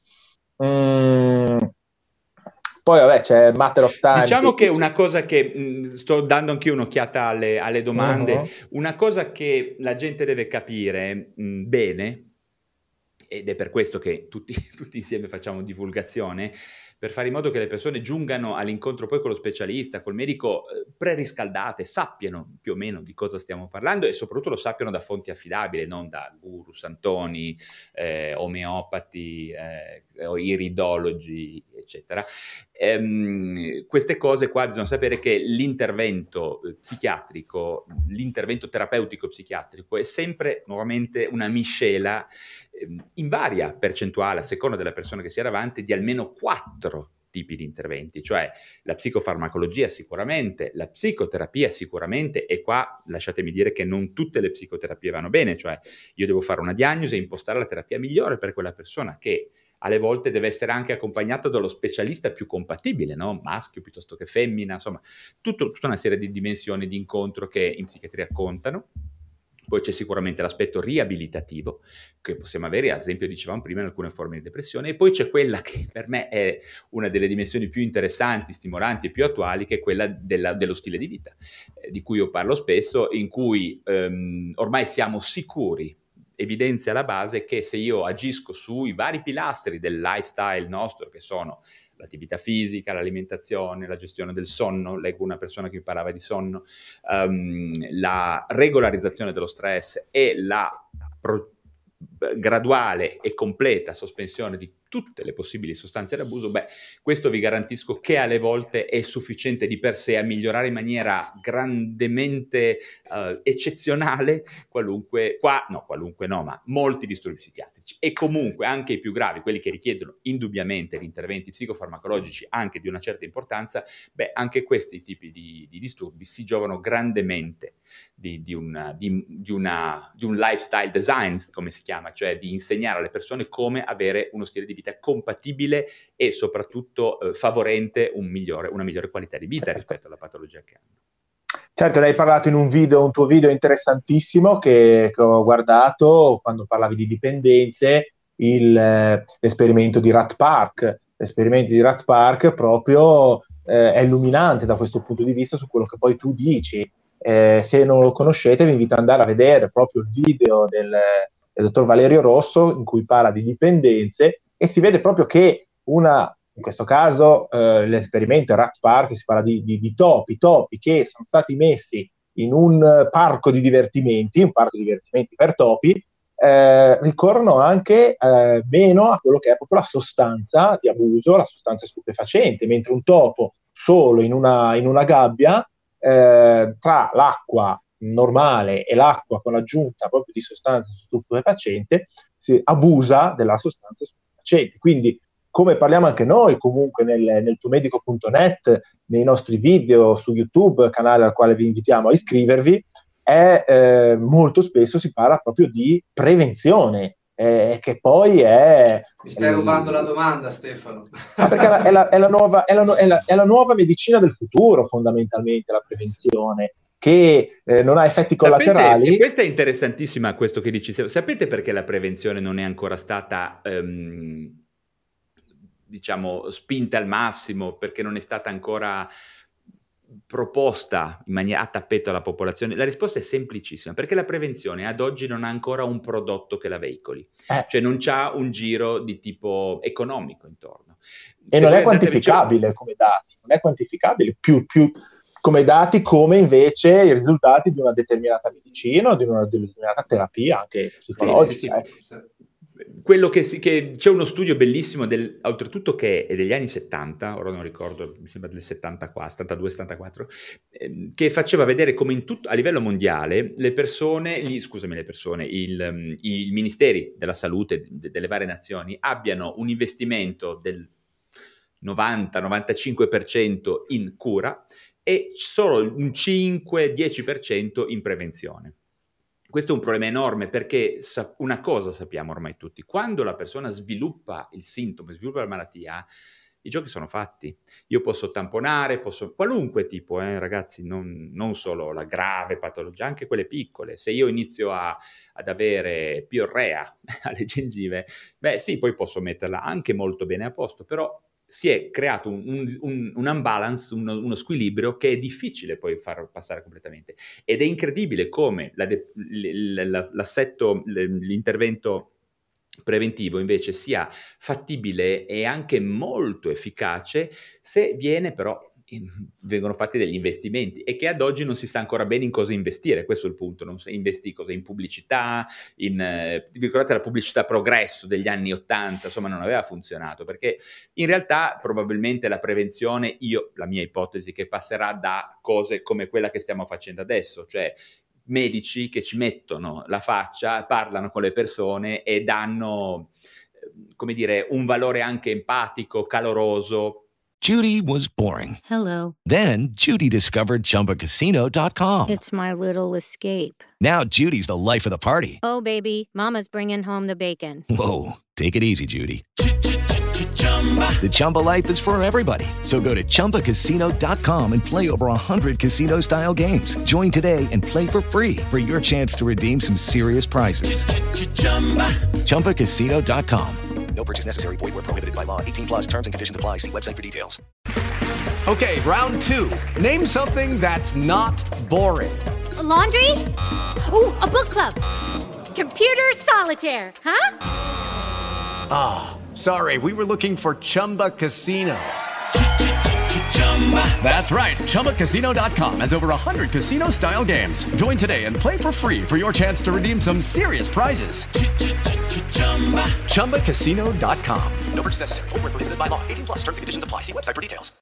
Poi vabbè c'è Matter of Time. Diciamo che una cosa che sto dando anche un'occhiata alle domande, una cosa che la gente deve capire bene, ed è per questo che tutti insieme facciamo divulgazione, per fare in modo che le persone giungano all'incontro poi con lo specialista, col medico, preriscaldate, sappiano più o meno di cosa stiamo parlando e soprattutto lo sappiano da fonti affidabili, non da guru, santoni, omeopati, o iridologi, eccetera. Queste cose qua bisogna sapere che l'intervento psichiatrico, l'intervento terapeutico psichiatrico è sempre nuovamente una miscela in varia percentuale, a seconda della persona che sia davanti, di almeno 4 tipi di interventi, cioè la psicofarmacologia sicuramente, la psicoterapia sicuramente, e qua lasciatemi dire che non tutte le psicoterapie vanno bene, cioè io devo fare una diagnosi e impostare la terapia migliore per quella persona, che alle volte deve essere anche accompagnato dallo specialista più compatibile, no? Maschio piuttosto che femmina, insomma, tutta una serie di dimensioni di incontro che in psichiatria contano. Poi c'è sicuramente l'aspetto riabilitativo che possiamo avere, ad esempio dicevamo prima, in alcune forme di depressione, e poi c'è quella che per me è una delle dimensioni più interessanti, stimolanti e più attuali, che è quella dello stile di vita, di cui io parlo spesso, in cui ormai siamo sicuri, evidenzia alla base, che se io agisco sui vari pilastri del lifestyle nostro, che sono l'attività fisica, l'alimentazione, la gestione del sonno, leggo una persona che parlava di sonno, la regolarizzazione dello stress e la graduale e completa sospensione di tutte le possibili sostanze d'abuso, questo vi garantisco che alle volte è sufficiente di per sé a migliorare in maniera grandemente eccezionale ma molti disturbi psichiatrici, e comunque anche i più gravi, quelli che richiedono indubbiamente gli interventi psicofarmacologici anche di una certa importanza, anche questi tipi di disturbi si giovano grandemente di un lifestyle design, come si chiama, cioè di insegnare alle persone come avere uno stile di vita compatibile e soprattutto favorente una migliore qualità di vita rispetto alla patologia che hanno. Certo, ne hai parlato in un tuo video interessantissimo che ho guardato quando parlavi di dipendenze, l'esperimento di Rat Park. L'esperimento di Rat Park proprio è illuminante da questo punto di vista su quello che poi tu dici. Se non lo conoscete vi invito ad andare a vedere proprio il video del dottor Valerio Rosso in cui parla di dipendenze e si vede proprio che in questo caso l'esperimento Rat Park, si parla di topi che sono stati messi in un parco di divertimenti per topi, ricorrono anche meno a quello che è proprio la sostanza di abuso, la sostanza stupefacente, mentre un topo solo in una gabbia, tra l'acqua normale e l'acqua con l'aggiunta proprio di sostanza stupefacente, si abusa della sostanza stupefacente. Quindi, come parliamo anche noi comunque nel tuomedico.net, nei nostri video su YouTube, canale al quale vi invitiamo a iscrivervi, molto spesso si parla proprio di prevenzione, che poi è... Mi stai rubando la domanda, Stefano. Perché è la nuova medicina del futuro, fondamentalmente, la prevenzione, che non ha effetti collaterali. E questa è interessantissima, questo che dici. Sapete perché la prevenzione non è ancora stata... spinta al massimo, perché non è stata ancora proposta in maniera a tappeto alla popolazione? La risposta è semplicissima, perché la prevenzione ad oggi non ha ancora un prodotto che la veicoli, cioè non c'ha un giro di tipo economico intorno. E non è quantificabile come dati, non è quantificabile più come dati, come invece i risultati di una determinata medicina o di una determinata terapia anche psicologica. Quello che c'è uno studio bellissimo oltretutto che è degli anni 70, ora non ricordo, mi sembra del 72-74, che faceva vedere come in tutto, a livello mondiale, i ministeri della salute delle varie nazioni abbiano un investimento del 90-95% in cura e solo un 5-10% in prevenzione. Questo è un problema enorme, perché una cosa sappiamo ormai tutti: quando la persona sviluppa il sintomo, sviluppa la malattia, i giochi sono fatti. Io posso tamponare, qualunque tipo, ragazzi, non solo la grave patologia, anche quelle piccole. Se io inizio ad avere piorrea alle gengive, sì, poi posso metterla anche molto bene a posto, però si è creato un unbalance, uno squilibrio che è difficile poi far passare completamente. Ed è incredibile come l'intervento preventivo invece sia fattibile e anche molto efficace se vengono fatti degli investimenti, e che ad oggi non si sa ancora bene in cosa investire. Questo è il punto: non si investi cosa in pubblicità, ricordate la pubblicità progresso degli anni 80, insomma non aveva funzionato, perché in realtà probabilmente la prevenzione, la mia ipotesi, che passerà da cose come quella che stiamo facendo adesso, cioè medici che ci mettono la faccia, parlano con le persone e danno, come dire, un valore anche empatico, caloroso. Judy was boring. Hello. Then Judy discovered ChumbaCasino.com. It's my little escape. Now Judy's the life of the party. Oh, baby, mama's bringing home the bacon. Whoa, take it easy, Judy. The Chumba life is for everybody. So go to ChumbaCasino.com and play over 100 casino-style games. Join today and play for free for your chance to redeem some serious prizes. ChumbaCasino.com. No purchase necessary. Void where prohibited by law. 18+ terms and conditions apply. See website for details. Okay, round two. Name something that's not boring. A laundry? Ooh, a book club. Computer solitaire, huh? Ah, sorry. We were looking for Chumba Casino. That's right. ChumbaCasino.com has over 100 casino-style games. Join today and play for free for your chance to redeem some serious prizes. ChumbaCasino.com. No purchase necessary. Void where prohibited by law. 18+ terms and conditions apply. See website for details.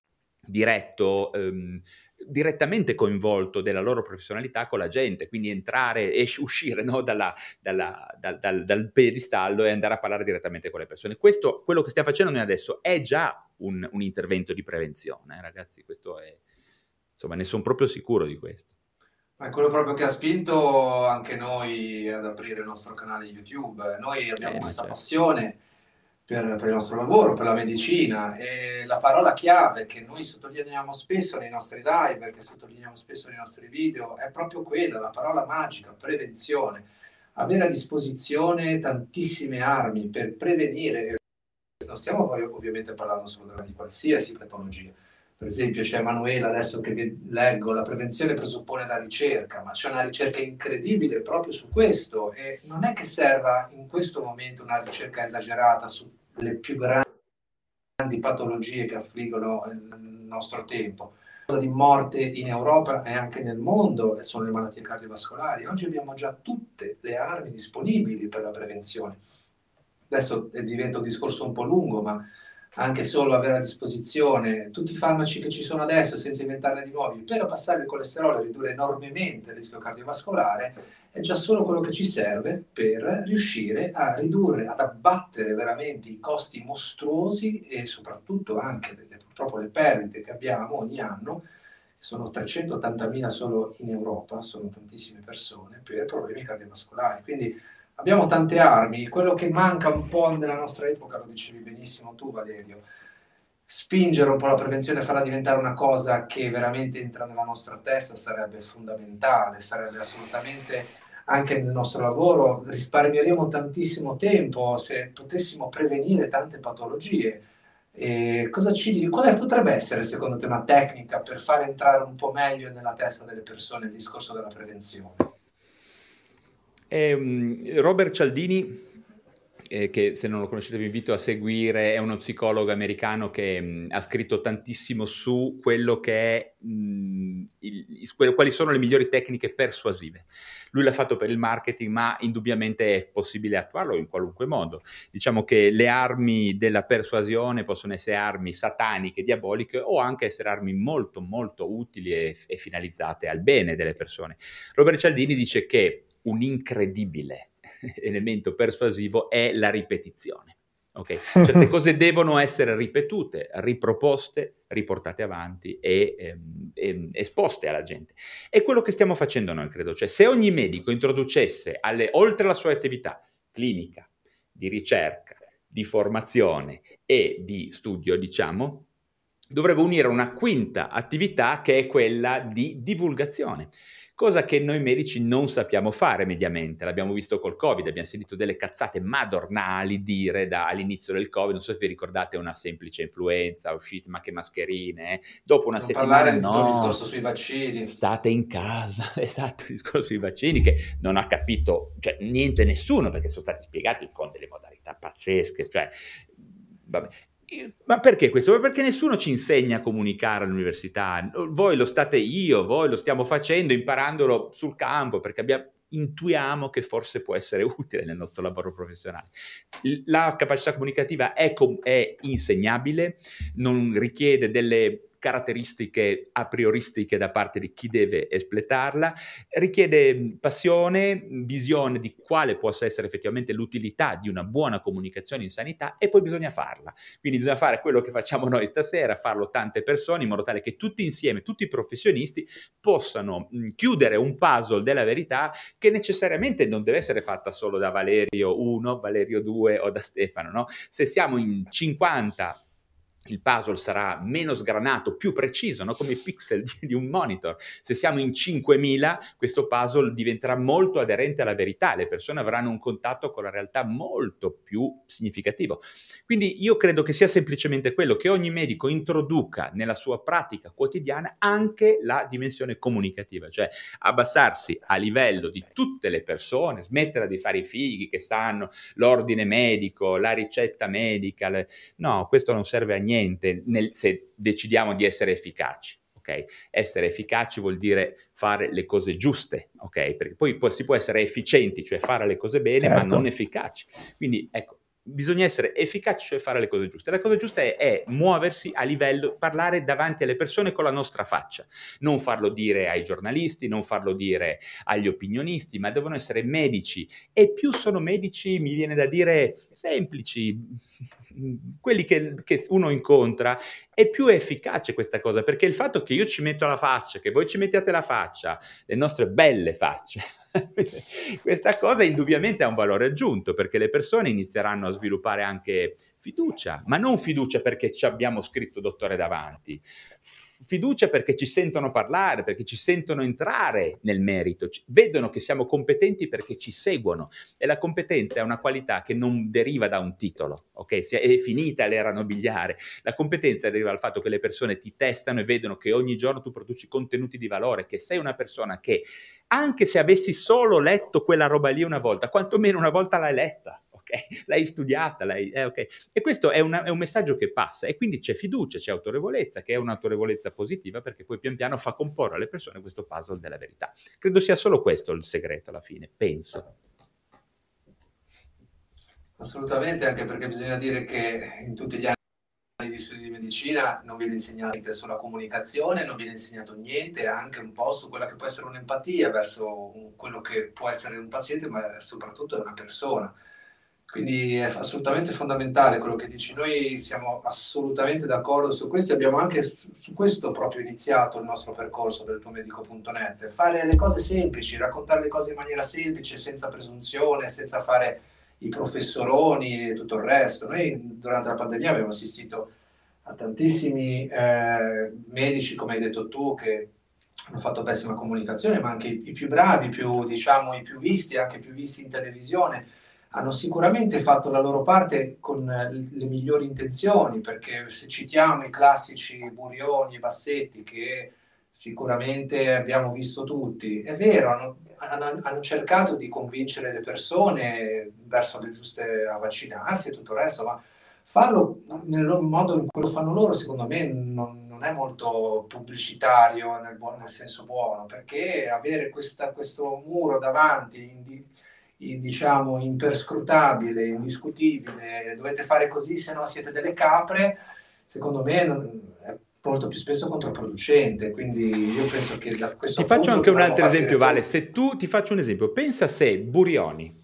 Direttamente coinvolto della loro professionalità con la gente, quindi entrare e uscire, no, dal piedistallo e andare a parlare direttamente con le persone. Questo, quello che stiamo facendo noi adesso, è già un intervento di prevenzione, ragazzi. Questo è, insomma, ne sono proprio sicuro di questo. Ma è quello proprio che ha spinto anche noi ad aprire il nostro canale YouTube. Noi abbiamo questa passione per il nostro lavoro, per la medicina, e la parola chiave che noi sottolineiamo spesso nei nostri live, che sottolineiamo spesso nei nostri video, è proprio quella, la parola magica: prevenzione. Avere a disposizione tantissime armi per prevenire. Non stiamo ovviamente parlando solo di qualsiasi patologia. Per esempio c'è Emanuela, adesso che vi leggo, la prevenzione presuppone la ricerca, ma c'è una ricerca incredibile proprio su questo, e non è che serva in questo momento una ricerca esagerata sulle più grandi patologie che affliggono il nostro tempo. La causa di morte in Europa e anche nel mondo sono le malattie cardiovascolari. Oggi abbiamo già tutte le armi disponibili per la prevenzione. Adesso diventa un discorso un po' lungo, ma anche solo avere a disposizione tutti i farmaci che ci sono adesso, senza inventarne di nuovi, per abbassare il colesterolo e ridurre enormemente il rischio cardiovascolare, è già solo quello che ci serve per riuscire a ridurre, ad abbattere veramente i costi mostruosi e soprattutto anche purtroppo le perdite che abbiamo ogni anno, che sono 380.000 solo in Europa, sono tantissime persone, per problemi cardiovascolari. Quindi abbiamo tante armi. Quello che manca un po' nella nostra epoca, lo dicevi benissimo tu, Valerio, spingere un po' la prevenzione, farla diventare una cosa che veramente entra nella nostra testa, sarebbe fondamentale, sarebbe assolutamente, anche nel nostro lavoro risparmieremo tantissimo tempo se potessimo prevenire tante patologie. E quale potrebbe essere secondo te una tecnica per far entrare un po' meglio nella testa delle persone il discorso della prevenzione? Robert Cialdini, che se non lo conoscete vi invito a seguire, è uno psicologo americano che ha scritto tantissimo su quello che è quali sono le migliori tecniche persuasive. Lui l'ha fatto per il marketing, ma indubbiamente è possibile attuarlo in qualunque modo. Diciamo che le armi della persuasione possono essere armi sataniche, diaboliche, o anche essere armi molto molto utili e finalizzate al bene delle persone. Robert Cialdini dice che un incredibile elemento persuasivo è la ripetizione. Okay? Certe cose devono essere ripetute, riproposte, riportate avanti e esposte alla gente. È quello che stiamo facendo noi, credo. Cioè, se ogni medico introducesse, oltre alla sua attività clinica, di ricerca, di formazione e di studio, diciamo, dovrebbe unire una quinta attività che è quella di divulgazione. Cosa che noi medici non sappiamo fare mediamente, l'abbiamo visto col Covid, abbiamo sentito delle cazzate madornali dire all'inizio del Covid, non so se vi ricordate, una semplice influenza, uscite, ma che mascherine, dopo una settimana parlare del discorso sui vaccini. State in casa, esatto, il discorso sui vaccini che non ha capito, cioè niente nessuno, perché sono stati spiegati con delle modalità pazzesche, cioè, vabbè. Ma perché questo? Perché nessuno ci insegna a comunicare all'università, voi lo stiamo facendo imparandolo sul campo, perché intuiamo che forse può essere utile nel nostro lavoro professionale. La capacità comunicativa è insegnabile, non richiede delle caratteristiche a prioristiche da parte di chi deve espletarla, richiede passione, visione di quale possa essere effettivamente l'utilità di una buona comunicazione in sanità, e poi bisogna farla. Quindi bisogna fare quello che facciamo noi stasera, farlo tante persone, in modo tale che tutti insieme, tutti i professionisti, possano chiudere un puzzle della verità che necessariamente non deve essere fatta solo da Valerio 1, Valerio 2 o da Stefano, no? Se siamo in 50, il puzzle sarà meno sgranato, più preciso, no? Come i pixel di un monitor. Se siamo in 5000, questo puzzle diventerà molto aderente alla verità, le persone avranno un contatto con la realtà molto più significativo. Quindi io credo che sia semplicemente quello, che ogni medico introduca nella sua pratica quotidiana anche la dimensione comunicativa, cioè abbassarsi a livello di tutte le persone, smettere di fare i fighi che sanno l'ordine medico, la ricetta medica, no, questo non serve a niente se decidiamo di essere efficaci. Okay? Essere efficaci vuol dire fare le cose giuste, okay? Perché poi si può essere efficienti, cioè fare le cose bene, certo, ma non efficaci. Quindi ecco, bisogna essere efficaci, cioè fare le cose giuste. La cosa giusta è muoversi a livello, parlare davanti alle persone con la nostra faccia, non farlo dire ai giornalisti, non farlo dire agli opinionisti, ma devono essere medici, e più sono medici, mi viene da dire, semplici, quelli che uno incontra, è più efficace questa cosa, perché il fatto che io ci metto la faccia, che voi ci mettiate la faccia, le nostre belle facce, questa cosa indubbiamente ha un valore aggiunto, perché le persone inizieranno a sviluppare anche fiducia, ma non fiducia perché ci abbiamo scritto dottore davanti, fiducia perché ci sentono parlare, perché ci sentono entrare nel merito, vedono che siamo competenti perché ci seguono, e la competenza è una qualità che non deriva da un titolo, ok? È finita l'era nobiliare, la competenza deriva dal fatto che le persone ti testano e vedono che ogni giorno tu produci contenuti di valore, che sei una persona che, anche se avessi solo letto quella roba lì una volta, quantomeno una volta l'hai letta. Okay. L'hai studiata, okay. E questo è un messaggio che passa, e quindi c'è fiducia, c'è autorevolezza, che è un'autorevolezza positiva, perché poi pian piano fa comporre alle persone questo puzzle della verità. Credo sia solo questo il segreto alla fine, penso. Assolutamente, anche perché bisogna dire che in tutti gli anni di studi di medicina non viene insegnato niente sulla comunicazione, non viene insegnato niente anche un po' su quella che può essere un'empatia verso quello che può essere un paziente, ma soprattutto è una persona. Quindi è assolutamente fondamentale quello che dici. Noi siamo assolutamente d'accordo su questo, abbiamo anche su questo proprio iniziato il nostro percorso del tuomedico.net, fare le cose semplici, raccontare le cose in maniera semplice, senza presunzione, senza fare i professoroni e tutto il resto. Noi durante la pandemia abbiamo assistito a tantissimi medici, come hai detto tu, che hanno fatto pessima comunicazione, ma anche i più bravi, i più visti, anche più visti in televisione, hanno sicuramente fatto la loro parte con le migliori intenzioni, perché se citiamo i classici Burioni e Bassetti, che sicuramente abbiamo visto tutti, è vero, hanno cercato di convincere le persone verso le giuste a vaccinarsi e tutto il resto, ma farlo nel modo in cui lo fanno loro, secondo me, non è molto pubblicitario nel senso buono, perché avere questo muro davanti, diciamo, imperscrutabile, indiscutibile, dovete fare così, se no siete delle capre, secondo me è molto più spesso controproducente. Quindi io penso che da questo punto... Ti faccio anche un altro esempio, Vale. Se tu ti faccio un esempio, pensa se Burioni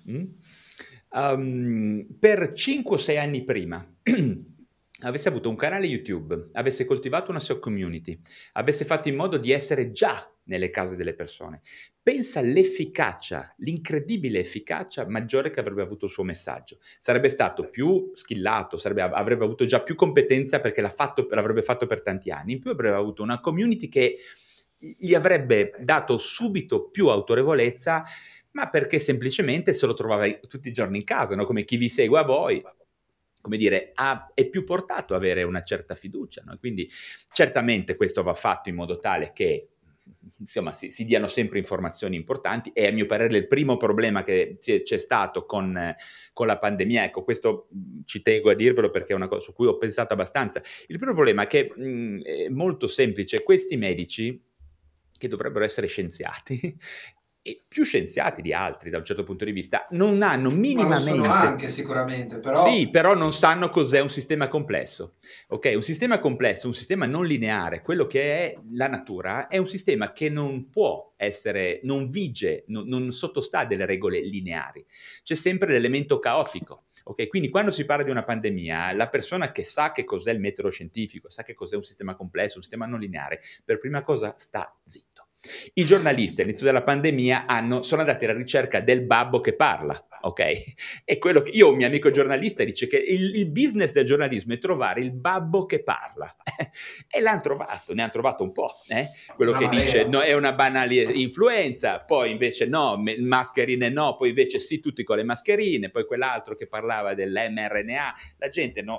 per 5 o 6 anni prima avesse avuto un canale YouTube, avesse coltivato una sua community, avesse fatto in modo di essere già nelle case delle persone, pensa all'efficacia, l'incredibile efficacia maggiore che avrebbe avuto il suo messaggio. Sarebbe stato più skillato, avrebbe avuto già più competenza perché l'avrebbe fatto per tanti anni. In più avrebbe avuto una community che gli avrebbe dato subito più autorevolezza, ma perché semplicemente se lo trovava tutti i giorni in casa, no? Come chi vi segue a voi, come dire, è più portato ad avere una certa fiducia, no? Quindi certamente questo va fatto in modo tale che insomma si diano sempre informazioni importanti, e a mio parere il primo problema che c'è stato con la pandemia, ecco, questo ci tengo a dirvelo perché è una cosa su cui ho pensato abbastanza. Il primo problema è che è molto semplice: questi medici, che dovrebbero essere scienziati, e più scienziati di altri da un certo punto di vista, non hanno minimamente... Ma lo sono anche sicuramente, però... Sì, però non sanno cos'è un sistema complesso. Ok, un sistema complesso, un sistema non lineare, quello che è la natura, è un sistema che non può essere, non vige, non sottostà a delle regole lineari. C'è sempre l'elemento caotico. Ok, quindi quando si parla di una pandemia, la persona che sa che cos'è il metodo scientifico, sa che cos'è un sistema complesso, un sistema non lineare, per prima cosa sta zitto. I giornalisti all'inizio della pandemia sono andati alla ricerca del babbo che parla, ok? E quello che io, un mio amico giornalista, dice che il business del giornalismo è trovare il babbo che parla e l'hanno trovato, ne hanno trovato un po', quello che dice no, è una banale influenza, poi invece no, mascherine no, poi invece sì, tutti con le mascherine, poi quell'altro che parlava dell'mRNA, la gente no...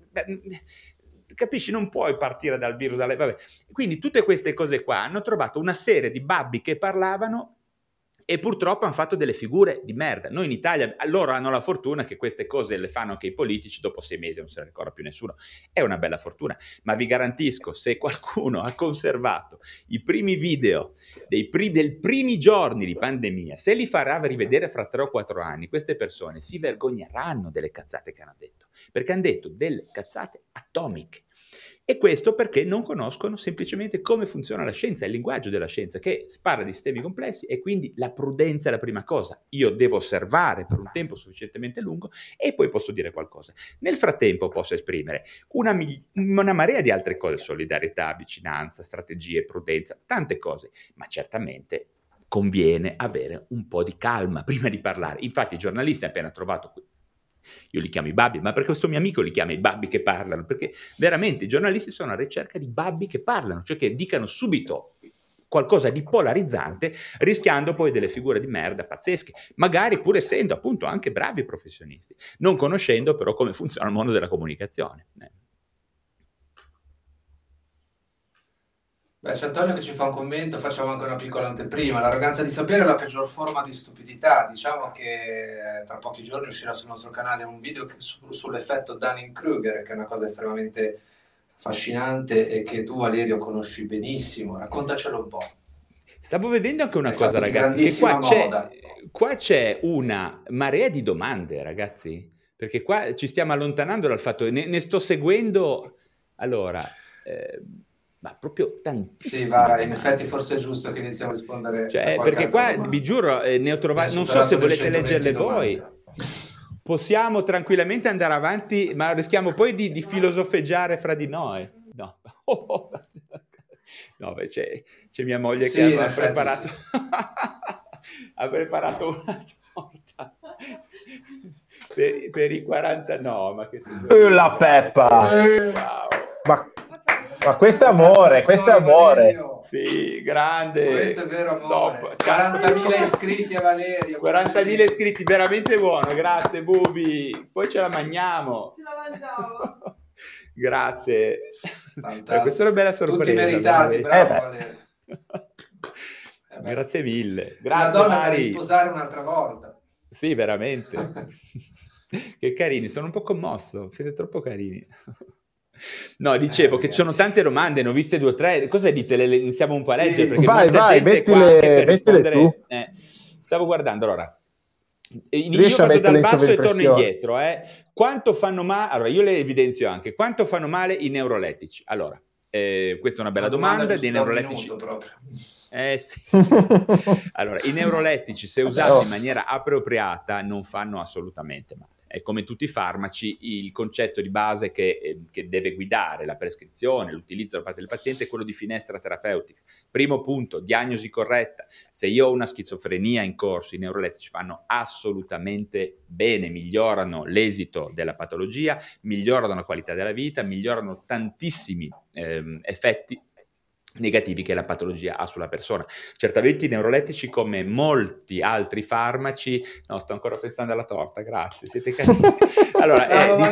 Capisci, non puoi partire dal virus, vabbè. Quindi tutte queste cose qua hanno trovato una serie di babbi che parlavano e purtroppo hanno fatto delle figure di merda. Noi in Italia, loro hanno la fortuna che queste cose le fanno anche i politici, dopo 6 mesi non se ne ricorda più nessuno, è una bella fortuna, ma vi garantisco, se qualcuno ha conservato i primi video dei primi giorni di pandemia, se li farà rivedere fra 3 o 4 anni, queste persone si vergogneranno delle cazzate che hanno detto, perché hanno detto delle cazzate atomiche. E questo perché non conoscono semplicemente come funziona la scienza, il linguaggio della scienza, che parla di sistemi complessi, e quindi la prudenza è la prima cosa. Io devo osservare per un tempo sufficientemente lungo e poi posso dire qualcosa. Nel frattempo posso esprimere una marea di altre cose: solidarietà, vicinanza, strategie, prudenza, tante cose, ma certamente conviene avere un po' di calma prima di parlare. Infatti i giornalisti hanno appena trovato qui. Io li chiamo i babbi, ma perché questo mio amico li chiama i babbi che parlano? Perché veramente i giornalisti sono alla ricerca di babbi che parlano, cioè che dicano subito qualcosa di polarizzante, rischiando poi delle figure di merda pazzesche, magari pur essendo appunto anche bravi professionisti, non conoscendo però come funziona il mondo della comunicazione. Beh, c'è Antonio che ci fa un commento, facciamo anche una piccola anteprima. L'arroganza di sapere è la peggior forma di stupidità. Diciamo che tra pochi giorni uscirà sul nostro canale un video sull'effetto Dunning-Kruger, che è una cosa estremamente affascinante e che tu, Valerio, conosci benissimo. Raccontacelo un po'. Stavo vedendo anche una cosa, ragazzi, che qua c'è una marea di domande, ragazzi, perché qua ci stiamo allontanando dal fatto, ne sto seguendo, allora... ma proprio tantissimo. Sì, va, in effetti forse è giusto che iniziamo a rispondere. Cioè, perché qua vi giuro, ne ho trovato, non so se volete leggerle voi. Possiamo tranquillamente andare avanti, ma rischiamo poi di filosofeggiare fra di noi. No, no, beh, c'è mia moglie che ha preparato ha preparato una torta per i 40. No, ma che la peppa. Wow. Ma questo è amore, questo è amore. Sì, grande. Questo è vero, amore. 40.000 iscritti a Valerio. 40.000 iscritti, veramente buono. Grazie, Bubi. Poi ce la mangiamo. Ce la mangiamo. Grazie. Questa è una bella sorpresa. Tutti meritati, bravo Valerio. Grazie mille. Grazie, una donna Mari. da risposare un'altra volta. Sì, veramente. Che carini, sono un po' commosso. Siete troppo carini. No, dicevo che ci sono tante domande, ne ho viste 2 o 3. Cosa dite? Le iniziamo un po' a leggere? Perché vai, mettile tu. Stavo guardando, allora. Io vado dal basso e torno indietro. Quanto fanno male? Allora, io le evidenzio anche. Quanto fanno male i neurolettici? Allora, questa è una bella domanda dei neurolettici. Sì. Allora, i neurolettici, se usati in maniera appropriata, non fanno assolutamente male. È come tutti i farmaci, il concetto di base che deve guidare la prescrizione, l'utilizzo da parte del paziente è quello di finestra terapeutica. Primo punto, diagnosi corretta. Se io ho una schizofrenia in corso, i neurolettici fanno assolutamente bene, migliorano l'esito della patologia, migliorano la qualità della vita, migliorano tantissimi effetti negativi che la patologia ha sulla persona. Certamente i neurolettici, come molti altri farmaci, no, sto ancora pensando alla torta, grazie, siete carini. Allora,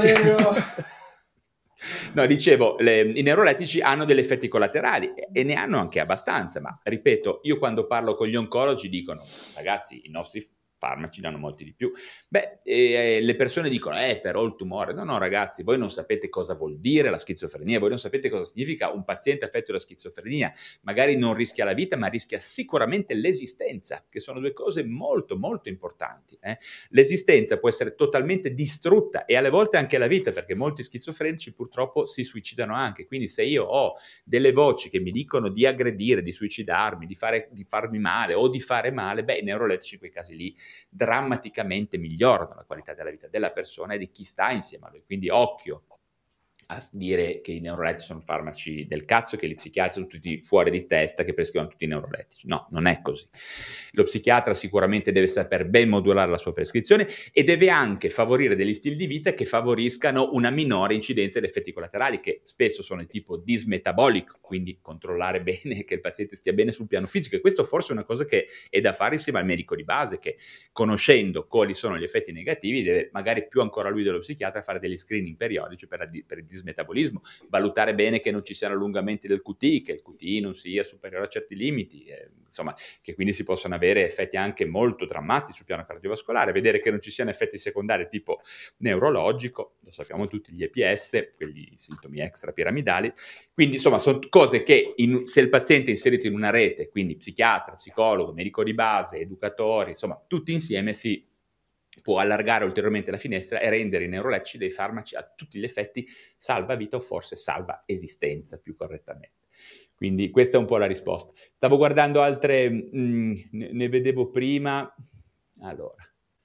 dicevo, i neurolettici hanno degli effetti collaterali e ne hanno anche abbastanza, ma ripeto, io quando parlo con gli oncologi dicono, ragazzi, i nostri farmaci danno molti di più. Le persone dicono, però il tumore. No, ragazzi, voi non sapete cosa vuol dire la schizofrenia, voi non sapete cosa significa un paziente affetto da schizofrenia. Magari non rischia la vita, ma rischia sicuramente l'esistenza, che sono 2 cose molto, molto importanti. L'esistenza può essere totalmente distrutta e alle volte anche la vita, perché molti schizofrenici purtroppo si suicidano anche. Quindi se io ho delle voci che mi dicono di aggredire, di suicidarmi, di farmi male o di fare male, i neurolettici in quei casi lì drammaticamente migliorano la qualità della vita della persona e di chi sta insieme a lui. Quindi occhio a dire che i neurolettici sono farmaci del cazzo, che gli psichiatri sono tutti fuori di testa, che prescrivono tutti i neurolettici. No, non è così. Lo psichiatra sicuramente deve saper ben modulare la sua prescrizione e deve anche favorire degli stili di vita che favoriscano una minore incidenza degli effetti collaterali, che spesso sono di tipo dismetabolico, quindi controllare bene che il paziente stia bene sul piano fisico. E questo forse è una cosa che è da fare insieme al medico di base, che conoscendo quali sono gli effetti negativi deve, magari più ancora lui dello psichiatra, fare degli screening periodici per il dismetabolismo, valutare bene che non ci siano allungamenti del QT, che il QT non sia superiore a certi limiti, insomma, che quindi si possono avere effetti anche molto drammatici sul piano cardiovascolare, vedere che non ci siano effetti secondari tipo neurologico, lo sappiamo tutti, gli EPS, quelli sintomi extrapiramidali. Quindi insomma sono cose che se il paziente è inserito in una rete, quindi psichiatra, psicologo, medico di base, educatori, insomma tutti insieme si può allargare ulteriormente la finestra e rendere i neurolettici dei farmaci a tutti gli effetti salva vita, o forse salva esistenza più correttamente. Quindi questa è un po' la risposta. Stavo guardando altre, ne vedevo prima. Allora.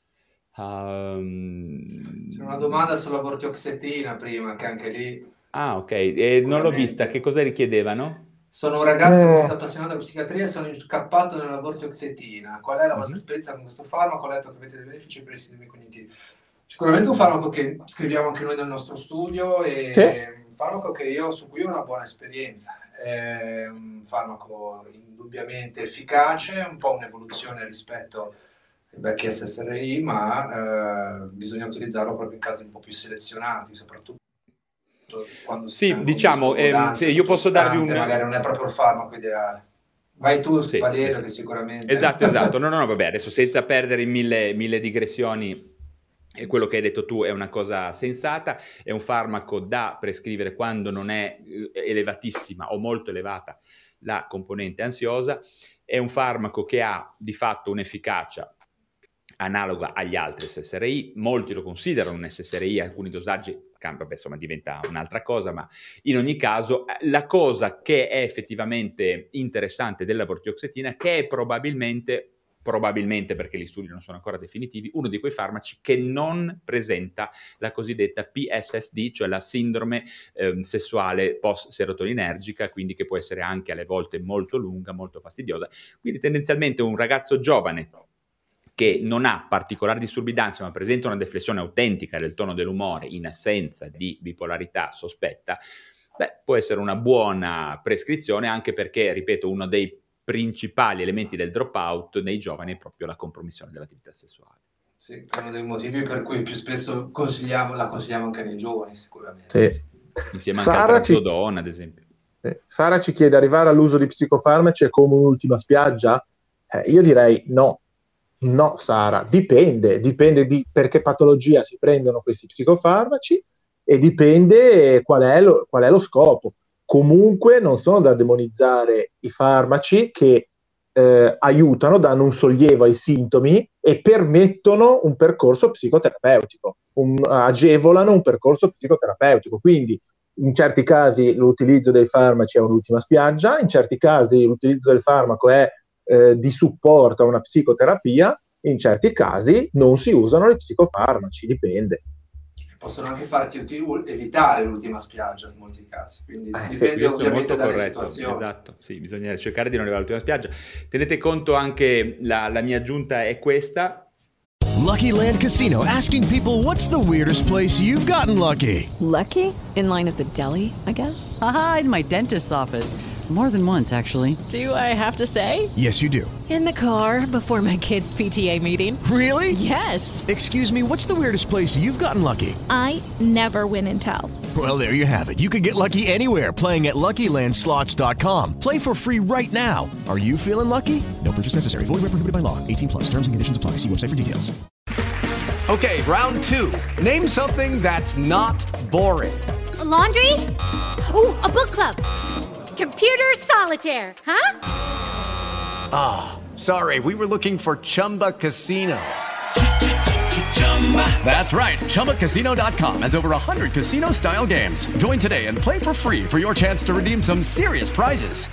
C'è una domanda sulla vortioxetina prima, che anche lì... Ah, ok. Non l'ho vista. Che cosa richiedevano? Sono un ragazzo che si sta appassionando alla psichiatria e sono incappato nella vortioxetina. Qual è la vostra esperienza con questo farmaco? Ho letto che avete dei benefici per i sintomi cognitivi. Sicuramente un farmaco che scriviamo anche noi nel nostro studio e un farmaco su cui ho una buona esperienza. È un farmaco indubbiamente efficace, un po' un'evoluzione rispetto ai vecchi SSRI, ma bisogna utilizzarlo proprio in casi un po' più selezionati, soprattutto quando diciamo, se io posso darvi magari non è proprio il farmaco ideale. Vai tu, Valerio, che sicuramente... Esatto. No, vabbè, adesso senza perdere in mille digressioni, e quello che hai detto tu è una cosa sensata, è un farmaco da prescrivere quando non è elevatissima o molto elevata la componente ansiosa, è un farmaco che ha di fatto un'efficacia analoga agli altri SSRI, molti lo considerano un SSRI, alcuni dosaggi, insomma diventa un'altra cosa, ma in ogni caso la cosa che è effettivamente interessante della vortioxetina, che è probabilmente perché gli studi non sono ancora definitivi, uno di quei farmaci che non presenta la cosiddetta PSSD, cioè la sindrome sessuale post-serotoninergica, quindi che può essere anche alle volte molto lunga, molto fastidiosa. Quindi tendenzialmente un ragazzo giovane che non ha particolari disturbi d'ansia ma presenta una deflessione autentica del tono dell'umore in assenza di bipolarità sospetta, può essere una buona prescrizione, anche perché, ripeto, uno dei principali elementi del dropout nei giovani è proprio la compromissione dell'attività sessuale. Sì, è uno dei motivi per cui più spesso la consigliamo anche nei giovani, sicuramente. Sì. Insieme anche al trazodone, ad esempio. Sara ci chiede: arrivare all'uso di psicofarmaci è come un'ultima spiaggia? Io direi no. No, Sara, dipende di per che patologia si prendono questi psicofarmaci e dipende qual è lo scopo. Comunque non sono da demonizzare i farmaci che aiutano, danno un sollievo ai sintomi e permettono un percorso psicoterapeutico, agevolano un percorso psicoterapeutico. Quindi in certi casi l'utilizzo dei farmaci è un'ultima spiaggia, in certi casi l'utilizzo del farmaco è di supporto a una psicoterapia, in certi casi non si usano i psicofarmaci, dipende. Possono anche farti evitare l'ultima spiaggia in molti casi, quindi dipende ovviamente dalle situazioni. Esatto, sì, bisogna cercare di non arrivare all'ultima spiaggia. Tenete conto anche, la mia aggiunta è questa. Lucky Land Casino, asking people, what's the weirdest place you've gotten lucky? Lucky? In line at the deli, I guess? Aha, in my dentist's office. More than once, actually. Do I have to say? Yes, you do. In the car before my kids' PTA meeting. Really? Yes. Excuse me, what's the weirdest place you've gotten lucky? I never win and tell. Well, there you have it. You can get lucky anywhere, playing at LuckyLandSlots.com. Play for free right now. Are you feeling lucky? No purchase necessary. Void where prohibited by law. 18+. Terms and conditions apply. See website for details. Okay, round two. Name something that's not boring. A laundry? Ooh, a book club. Computer solitaire, huh? Ah, sorry, we were looking for Chumba Casino. That's right, ChumbaCasino.com has over 100 casino-style games. Join today and play for free for your chance to redeem some serious prizes.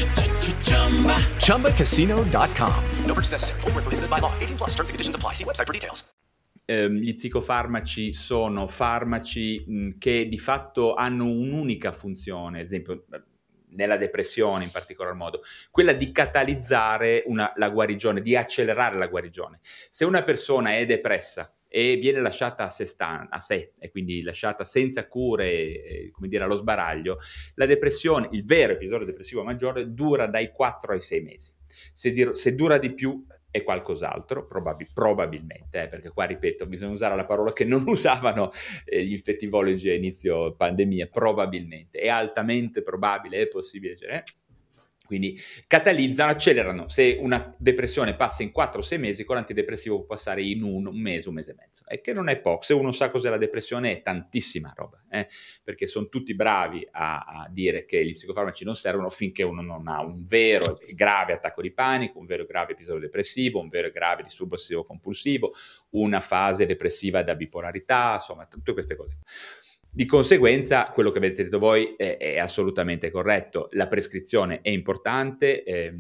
ChumbaCasino.com. No purchase necessary. Void where prohibited by law. 18+. Terms and conditions apply. See website for details. Gli psicofarmaci sono farmaci che di fatto hanno un'unica funzione, ad esempio nella depressione in particolar modo, quella di catalizzare la guarigione, di accelerare la guarigione. Se una persona è depressa e viene lasciata a sé e quindi lasciata senza cure, come dire, allo sbaraglio, la depressione, il vero episodio depressivo maggiore, dura dai 4 ai 6 mesi. Se dura di più è qualcos'altro, probabilmente, perché qua, ripeto, bisogna usare la parola che non usavano gli infettivologi a inizio pandemia, probabilmente, è altamente probabile, è possibile, quindi catalizzano, accelerano. Se una depressione passa in 4-6 mesi, con l'antidepressivo può passare in un mese e mezzo, e che non è poco. Se uno sa cos'è la depressione è tantissima roba, perché sono tutti bravi a dire che gli psicofarmaci non servono finché uno non ha un vero e grave attacco di panico, un vero e grave episodio depressivo, un vero e grave disturbo ossessivo compulsivo, una fase depressiva da bipolarità, insomma tutte queste cose. Di conseguenza, quello che avete detto voi è assolutamente corretto. La prescrizione è importante,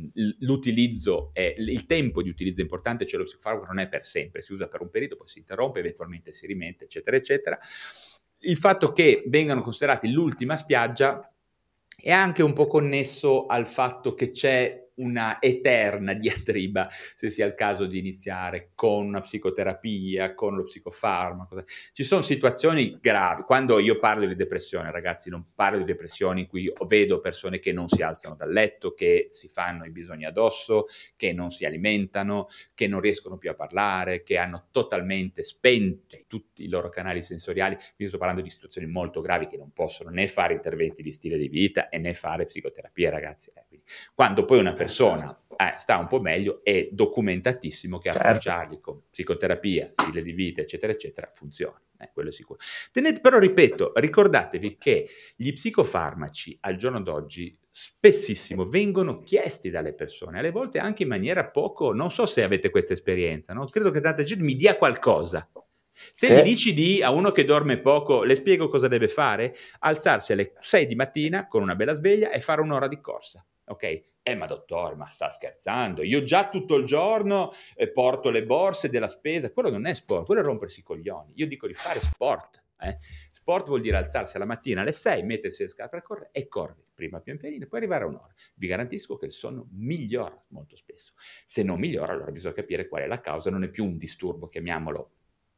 il tempo di utilizzo è importante, cioè lo psicofarmaco non è per sempre, si usa per un periodo, poi si interrompe, eventualmente si rimette, eccetera, eccetera. Il fatto che vengano considerati l'ultima spiaggia è anche un po' connesso al fatto che c'è una eterna diatriba se sia il caso di iniziare con una psicoterapia, con lo psicofarmaco. Ci sono situazioni gravi. Quando io parlo di depressione, ragazzi, non parlo di depressioni in cui vedo persone che non si alzano dal letto, che si fanno i bisogni addosso, che non si alimentano, che non riescono più a parlare, che hanno totalmente spento tutti i loro canali sensoriali. Io sto parlando di situazioni molto gravi che non possono né fare interventi di stile di vita e né fare psicoterapia, ragazzi. Quindi, quando poi una persona sta un po' meglio, è documentatissimo che approcciarli con psicoterapia, stile di vita, eccetera, eccetera, funziona. Quello è sicuro. Però, ripeto, ricordatevi che gli psicofarmaci al giorno d'oggi spessissimo vengono chiesti dalle persone, alle volte anche in maniera poco, non so se avete questa esperienza, no? Credo che tanta gente mi dia qualcosa. Se gli dici a uno che dorme poco, le spiego cosa deve fare? Alzarsi alle 6 di mattina con una bella sveglia e fare un'ora di corsa. Ok? Ma dottore, ma sta scherzando? Io già tutto il giorno porto le borse della spesa. Quello non è sport, quello è rompersi i coglioni. Io dico di fare sport. Sport vuol dire alzarsi alla mattina alle 6, mettersi le scarpe a correre e correre. Prima pian pianino, poi arrivare a un'ora. Vi garantisco che il sonno migliora molto spesso. Se non migliora, allora bisogna capire qual è la causa. Non è più un disturbo, chiamiamolo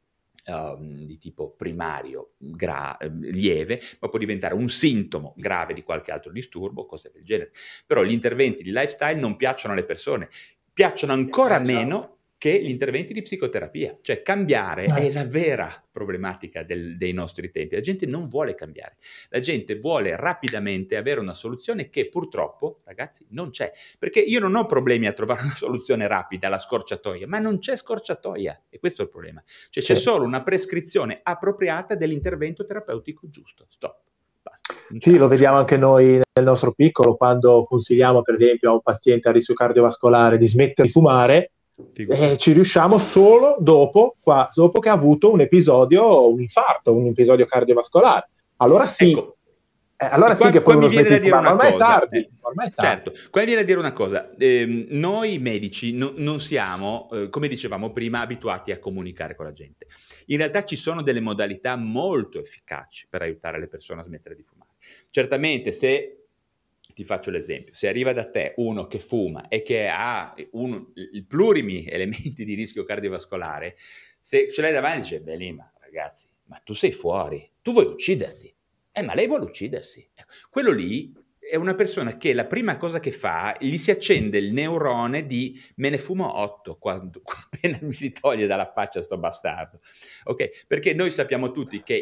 di tipo primario lieve, ma può diventare un sintomo grave di qualche altro disturbo, cose del genere. Però gli interventi di lifestyle non piacciono alle persone, piacciono ancora meno che gli interventi di psicoterapia. Cioè cambiare è la vera problematica dei nostri tempi. La gente non vuole cambiare, la gente vuole rapidamente avere una soluzione che purtroppo, ragazzi, non c'è. Perché io non ho problemi a trovare una soluzione rapida alla scorciatoia, ma non c'è scorciatoia, e questo è il problema. Cioè c'è solo una prescrizione appropriata dell'intervento terapeutico giusto. Stop. Basta. Sì, lo vediamo anche noi nel nostro piccolo, quando consigliamo per esempio a un paziente a rischio cardiovascolare di smettere di fumare, ci riusciamo solo dopo che ha avuto un episodio, un infarto, un episodio cardiovascolare. Allora sì, ecco. Allora sì che poi uno smette di fumare, ma ormai è tardi. Certo, qua mi viene da dire una cosa, noi medici non siamo, come dicevamo prima, abituati a comunicare con la gente. In realtà ci sono delle modalità molto efficaci per aiutare le persone a smettere di fumare. Certamente se ti faccio l'esempio, se arriva da te uno che fuma e che ha i plurimi elementi di rischio cardiovascolare, se ce l'hai davanti dice, beh Lima, ragazzi, ma tu sei fuori, tu vuoi ucciderti, ma lei vuole uccidersi. Quello lì è una persona che la prima cosa che fa, gli si accende il neurone di me ne fumo 8 quando appena mi si toglie dalla faccia sto bastardo, ok? Perché noi sappiamo tutti che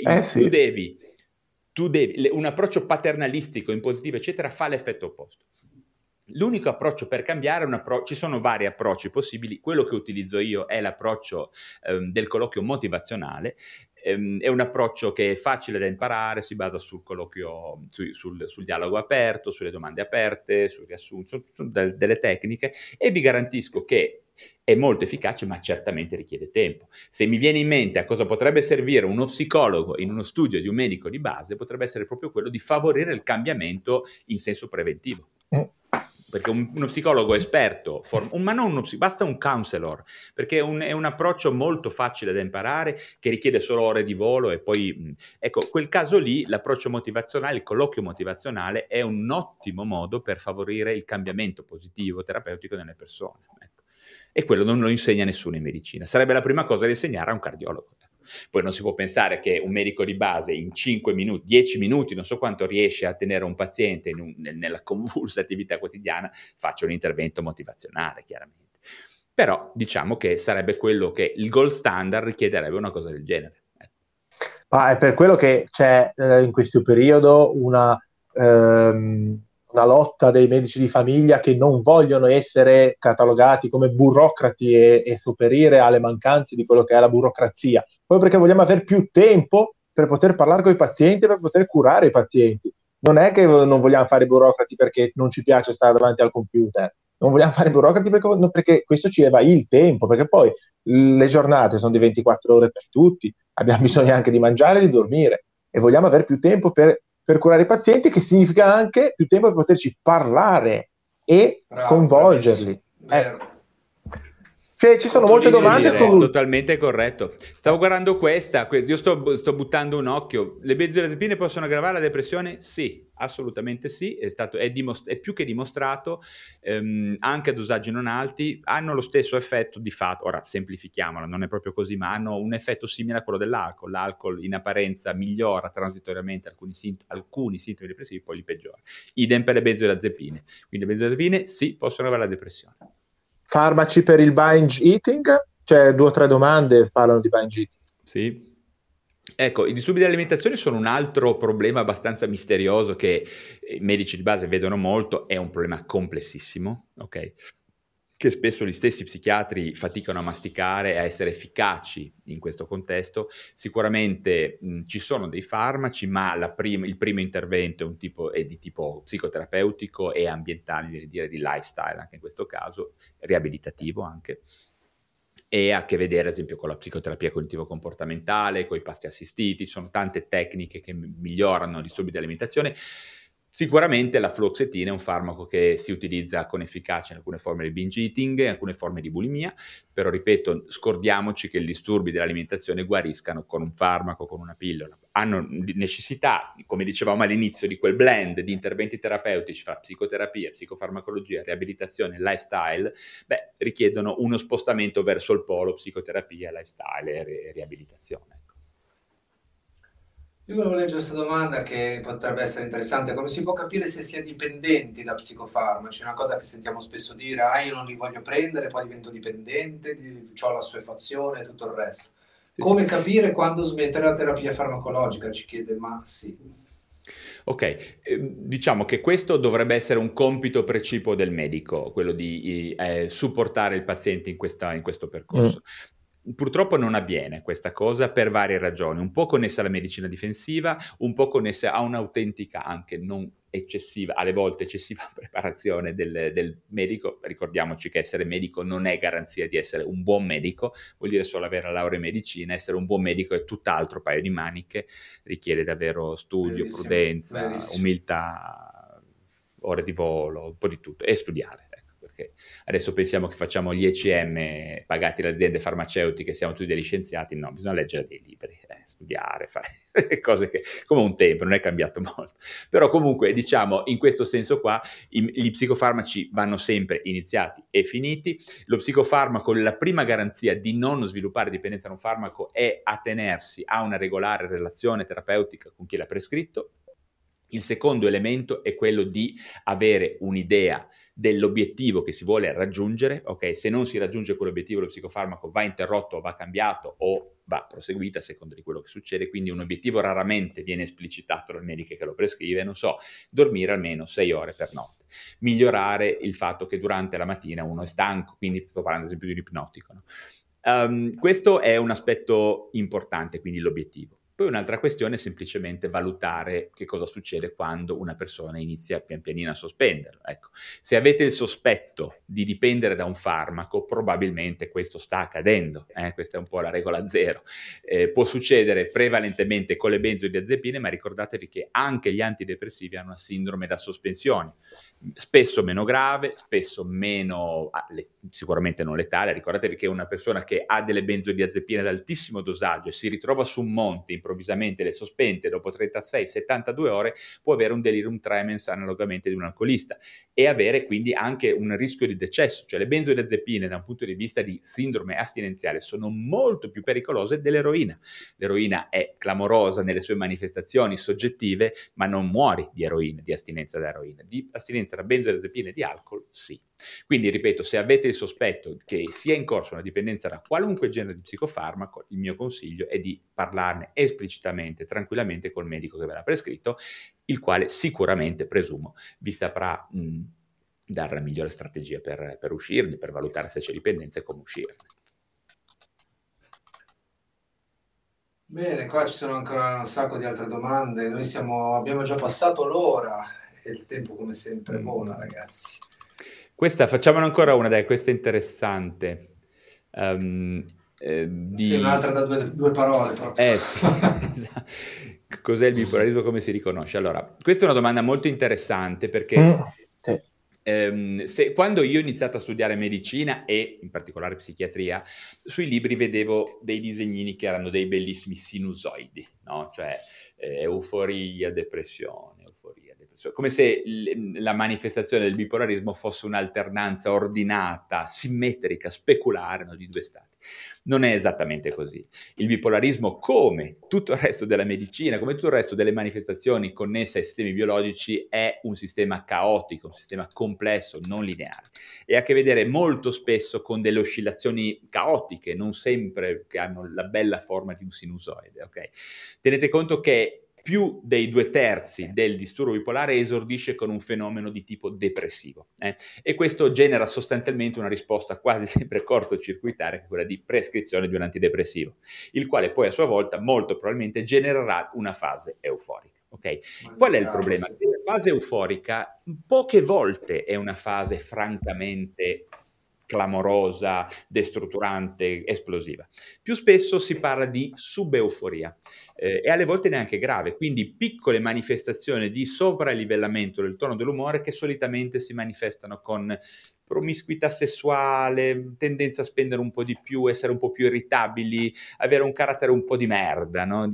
tu devi, un approccio paternalistico, impositivo, eccetera, fa l'effetto opposto. L'unico approccio per cambiare ci sono vari approcci possibili. Quello che utilizzo io è l'approccio del colloquio motivazionale. È un approccio che è facile da imparare, si basa sul colloquio, sul dialogo aperto, sulle domande aperte, sul riassunto, sono delle tecniche, e vi garantisco che è molto efficace, ma certamente richiede tempo. Se mi viene in mente a cosa potrebbe servire uno psicologo in uno studio di un medico di base, potrebbe essere proprio quello di favorire il cambiamento in senso preventivo. Perché uno psicologo esperto, basta un counselor, perché è un approccio molto facile da imparare, che richiede solo ore di volo, e poi, ecco, quel caso lì, l'approccio motivazionale, il colloquio motivazionale è un ottimo modo per favorire il cambiamento positivo terapeutico nelle persone. Ecco. E quello non lo insegna nessuno in medicina, sarebbe la prima cosa da insegnare a un cardiologo. Poi non si può pensare che un medico di base in 5 minuti, 10 minuti, non so quanto riesce a tenere un paziente nella convulsa attività quotidiana, faccia un intervento motivazionale, chiaramente. Però diciamo che sarebbe quello che il gold standard richiederebbe, una cosa del genere. Ma è per quello che c'è in questo periodo una lotta dei medici di famiglia che non vogliono essere catalogati come burocrati e sopperire alle mancanze di quello che è la burocrazia, proprio perché vogliamo avere più tempo per poter parlare con i pazienti, per poter curare i pazienti. Non è che non vogliamo fare i burocrati perché non ci piace stare davanti al computer, non vogliamo fare i burocrati perché questo ci leva il tempo, perché poi le giornate sono di 24 ore per tutti, abbiamo bisogno anche di mangiare e di dormire, e vogliamo avere più tempo per curare i pazienti, che significa anche più tempo per poterci parlare e coinvolgerli. Cioè, ci sono molte domande totalmente corretto. Stavo guardando io sto buttando un occhio. Le benzodiazepine possono aggravare la depressione? Sì, assolutamente sì, è più che dimostrato, anche a dosaggi non alti, hanno lo stesso effetto di fatto. Ora semplifichiamolo, non è proprio così, ma hanno un effetto simile a quello dell'alcol. L'alcol in apparenza migliora transitoriamente alcuni sintomi depressivi, poi li peggiora. Idem per le benzodiazepine. Quindi le benzodiazepine sì, possono aggravare la depressione. Farmaci per il binge eating? Cioè 2 o 3 domande parlano di binge eating. Sì. Ecco, i disturbi dell'alimentazione sono un altro problema abbastanza misterioso che i medici di base vedono molto, è un problema complessissimo, ok? Che spesso gli stessi psichiatri faticano a masticare e a essere efficaci in questo contesto. Sicuramente ci sono dei farmaci, ma il primo intervento è di tipo psicoterapeutico e ambientale, direi di lifestyle anche in questo caso, riabilitativo anche, e ha a che vedere ad esempio con la psicoterapia cognitivo-comportamentale, con i pasti assistiti. Ci sono tante tecniche che migliorano i disturbi dell'alimentazione. Sicuramente la fluoxetina è un farmaco che si utilizza con efficacia in alcune forme di binge eating, in alcune forme di bulimia, però ripeto, scordiamoci che i disturbi dell'alimentazione guariscano con un farmaco, con una pillola. Hanno necessità, come dicevamo all'inizio, di quel blend di interventi terapeutici fra psicoterapia, psicofarmacologia, riabilitazione, lifestyle, richiedono uno spostamento verso il polo psicoterapia, lifestyle e riabilitazione. Io volevo leggere questa domanda che potrebbe essere interessante. Come si può capire se si è dipendenti da psicofarmaci? È una cosa che sentiamo spesso dire, io non li voglio prendere, poi divento dipendente, ho l'assuefazione e tutto il resto. Come capire quando smettere la terapia farmacologica? Ci chiede Massi. Ok, diciamo che questo dovrebbe essere un compito precipuo del medico, quello di supportare il paziente in questo percorso. Purtroppo non avviene questa cosa per varie ragioni, un po' connessa alla medicina difensiva, un po' connessa a un'autentica, anche non eccessiva, alle volte eccessiva preparazione del medico. Ricordiamoci che essere medico non è garanzia di essere un buon medico, vuol dire solo avere la laurea in medicina. Essere un buon medico è tutt'altro paio di maniche, richiede davvero studio, prudenza, umiltà, ore di volo, un po' di tutto, e studiare. Perché adesso pensiamo che facciamo gli ECM pagati dalle aziende farmaceutiche, siamo tutti degli scienziati. No, bisogna leggere dei libri, studiare, fare cose che come un tempo, non è cambiato molto. Però comunque, diciamo, in questo senso qua, gli psicofarmaci vanno sempre iniziati e finiti. Lo psicofarmaco, la prima garanzia di non sviluppare dipendenza da un farmaco è attenersi a una regolare relazione terapeutica con chi l'ha prescritto. Il secondo elemento è quello di avere un'idea dell'obiettivo che si vuole raggiungere. Ok, se non si raggiunge quell'obiettivo, lo psicofarmaco va interrotto, va cambiato o va proseguito a seconda di quello che succede. Quindi un obiettivo raramente viene esplicitato dal medico che lo prescrive, non so, dormire almeno 6 ore per notte, migliorare il fatto che durante la mattina uno è stanco, quindi sto parlando ad esempio di un ipnotico, no? Questo è un aspetto importante, quindi l'obiettivo. Poi un'altra questione è semplicemente valutare che cosa succede quando una persona inizia pian pianino a sospenderlo. Ecco, se avete il sospetto di dipendere da un farmaco, probabilmente questo sta accadendo. Questa è un po' la regola zero. Può succedere prevalentemente con le benzodiazepine, ma ricordatevi che anche gli antidepressivi hanno una sindrome da sospensione. Spesso meno grave, spesso meno, sicuramente non letale. Ricordatevi che una persona che ha delle benzodiazepine ad altissimo dosaggio e si ritrova su un monte, improvvisamente le sospende dopo 36-72 ore, può avere un delirium tremens analogamente di un alcolista e avere quindi anche un rischio di decesso. Cioè le benzodiazepine da un punto di vista di sindrome astinenziale sono molto più pericolose dell'eroina. L'eroina è clamorosa nelle sue manifestazioni soggettive, ma non muori di eroina, di astinenza da eroina. Di astinenza da benzodiazepine e di alcol, sì. Quindi, ripeto, se avete il sospetto che sia in corso una dipendenza da qualunque genere di psicofarmaco, il mio consiglio è di parlarne esplicitamente, tranquillamente col medico che ve l'ha prescritto, il quale sicuramente, presumo, vi saprà dare la migliore strategia per uscirne, per valutare se c'è dipendenza e come uscirne. Bene, qua ci sono ancora un sacco di altre domande. Noi abbiamo già passato l'ora e il tempo come sempre vola, ragazzi. Facciamone ancora una, dai, questa è interessante. Sì, un'altra da due parole proprio. Sì. Cos'è il bipolarismo, come si riconosce? Allora, questa è una domanda molto interessante perché quando io ho iniziato a studiare medicina e in particolare psichiatria, sui libri vedevo dei disegnini che erano dei bellissimi sinusoidi, no? Cioè euforia, depressione, come se la manifestazione del bipolarismo fosse un'alternanza ordinata, simmetrica, speculare, no, di due stati. Non è esattamente così. Il bipolarismo, come tutto il resto della medicina, come tutto il resto delle manifestazioni connesse ai sistemi biologici, è un sistema caotico, un sistema complesso, non lineare, e ha a che vedere molto spesso con delle oscillazioni caotiche, non sempre che hanno la bella forma di un sinusoide. Okay? Tenete conto che più dei 2/3 del disturbo bipolare esordisce con un fenomeno di tipo depressivo, e questo genera sostanzialmente una risposta quasi sempre cortocircuitaria, che è quella di prescrizione di un antidepressivo, il quale poi a sua volta molto probabilmente genererà una fase euforica. Okay? Qual è il problema? La fase euforica poche volte è una fase francamente clamorosa, destrutturante, esplosiva. Più spesso si parla di subeuforia e alle volte neanche grave, quindi piccole manifestazioni di sovralivellamento del tono dell'umore che solitamente si manifestano con promiscuità sessuale, tendenza a spendere un po' di più, essere un po' più irritabili, avere un carattere un po' di merda, no?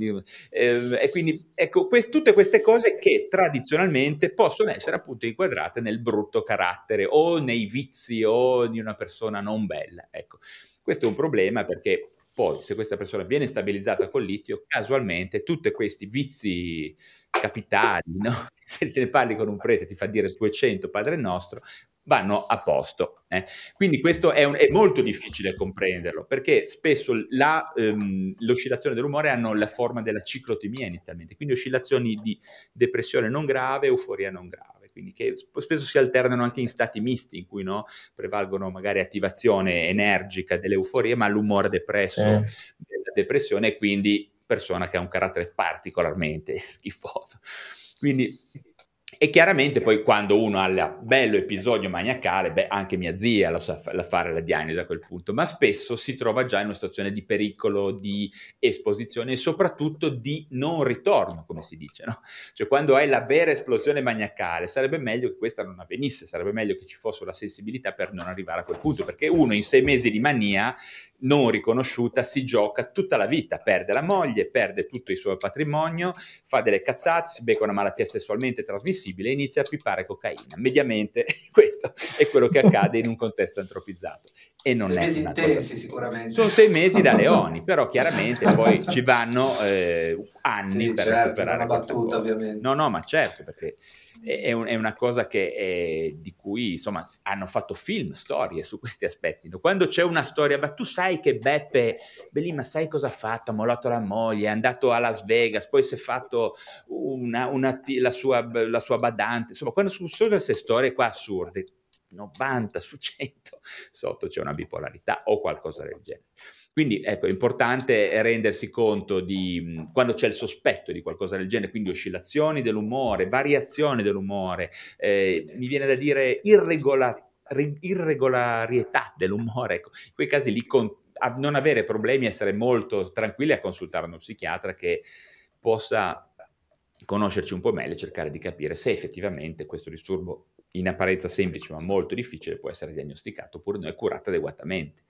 E quindi ecco, tutte queste cose che tradizionalmente possono essere appunto inquadrate nel brutto carattere o nei vizi o di una persona non bella. Ecco, questo è un problema perché poi se questa persona viene stabilizzata col litio, casualmente tutti questi vizi capitali, no? Se te ne parli con un prete ti fa dire 200 Padre Nostro, vanno a posto. Quindi questo è molto difficile comprenderlo, perché spesso l'oscillazione dell'umore hanno la forma della ciclotimia inizialmente, quindi oscillazioni di depressione non grave, euforia non grave, quindi che spesso si alternano anche in stati misti, in cui prevalgono magari attivazione energica dell'euforia, ma l'umore depresso della depressione, e quindi persona che ha un carattere particolarmente schifoso. Quindi e chiaramente poi quando uno ha il bello episodio maniacale, anche mia zia lo sa fare la diagnosi a quel punto, ma spesso si trova già in una situazione di pericolo, di esposizione e soprattutto di non ritorno, come si dice, no? Cioè quando hai la vera esplosione maniacale sarebbe meglio che questa non avvenisse, sarebbe meglio che ci fosse la sensibilità per non arrivare a quel punto, perché uno in 6 mesi di mania non riconosciuta si gioca tutta la vita, perde la moglie, perde tutto il suo patrimonio, fa delle cazzate, si becca una malattia sessualmente trasmissibile e inizia a pipare cocaina. Mediamente questo è quello che accade in un contesto antropizzato. E non 6 è mesi una intensi cosa... sicuramente. Sono 6 mesi da leoni, però chiaramente poi ci vanno anni per recuperare una battuta, ovviamente. No, ma certo, perché è una cosa di cui insomma hanno fatto film, storie su questi aspetti, no? Quando c'è una storia, ma tu sai che Beppe ma sai cosa ha fatto? Ha mollato la moglie, è andato a Las Vegas, poi si è fatto la sua badante, insomma quando sono queste storie qua assurde, 90 su 100 sotto c'è una bipolarità o qualcosa del genere. Quindi ecco, è importante rendersi conto di quando c'è il sospetto di qualcosa del genere, quindi oscillazioni dell'umore, variazioni dell'umore, mi viene da dire irregolarietà dell'umore, ecco, in quei casi lì a non avere problemi, essere molto tranquilli a consultare uno psichiatra che possa conoscerci un po' meglio e cercare di capire se effettivamente questo disturbo in apparenza semplice ma molto difficile può essere diagnosticato oppure non è curato adeguatamente.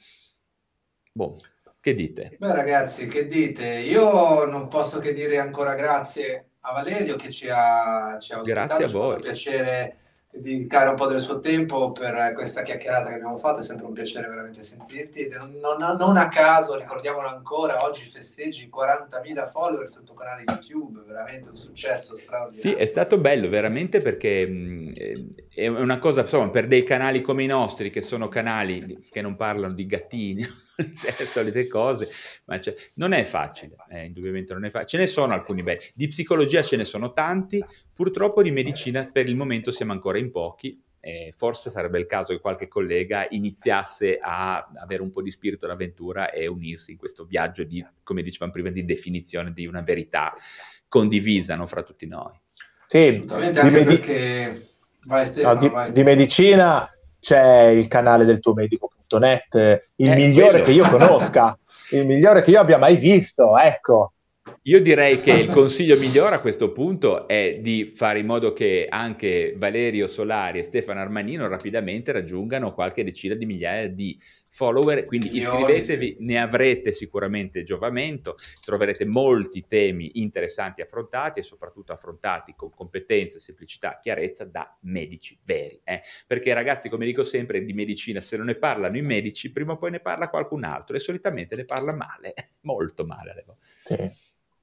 Boh, che dite? Beh ragazzi, che dite? Io non posso che dire ancora grazie a Valerio che ci ha ospitato. Grazie a voi. Ci ha fatto piacere dedicare un po' del suo tempo per questa chiacchierata che abbiamo fatto, è sempre un piacere veramente sentirti. Non a caso, ricordiamolo ancora, oggi festeggi 40.000 follower sul tuo canale YouTube, veramente un successo straordinario. Sì, è stato bello veramente perché è una cosa, insomma, per dei canali come i nostri, che sono canali che non parlano di gattini, le solite cose, ma non è facile, indubbiamente non è facile. Ce ne sono alcuni belli, di psicologia ce ne sono tanti, purtroppo di medicina per il momento siamo ancora in pochi, forse sarebbe il caso che qualche collega iniziasse a avere un po' di spirito d'avventura e unirsi in questo viaggio di, come dicevamo prima, di definizione di una verità condivisa, no, fra tutti noi. Sì, assolutamente, anche perché... Vai Stefano, vai. Di medicina c'è il canale del tuo medico.net, il migliore quello. Che io conosca, il migliore che io abbia mai visto, ecco. Io direi che il consiglio migliore a questo punto è di fare in modo che anche Valerio Solari e Stefano Armanino rapidamente raggiungano qualche decina di migliaia di follower, quindi iscrivetevi, ne avrete sicuramente giovamento, troverete molti temi interessanti affrontati e soprattutto affrontati con competenza, semplicità, chiarezza da medici veri, perché ragazzi, come dico sempre, di medicina se non ne parlano i medici prima o poi ne parla qualcun altro e solitamente ne parla male, molto male. Sì.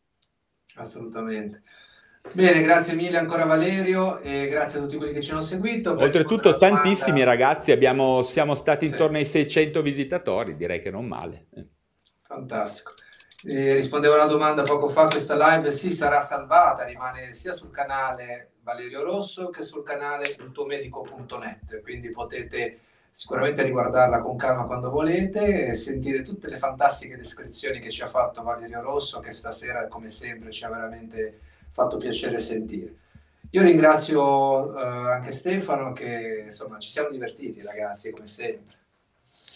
Assolutamente. Bene, grazie mille ancora Valerio e grazie a tutti quelli che ci hanno seguito. Oltretutto tantissimi ragazzi, siamo stati intorno ai 600 visitatori, direi che non male. Fantastico. Rispondevo alla domanda poco fa, questa live sarà salvata, rimane sia sul canale Valerio Rosso che sul canale iltuomedico.net, quindi potete sicuramente riguardarla con calma quando volete e sentire tutte le fantastiche descrizioni che ci ha fatto Valerio Rosso, che stasera come sempre ci ha veramente fatto piacere sentire. Io ringrazio anche Stefano, che insomma ci siamo divertiti ragazzi come sempre.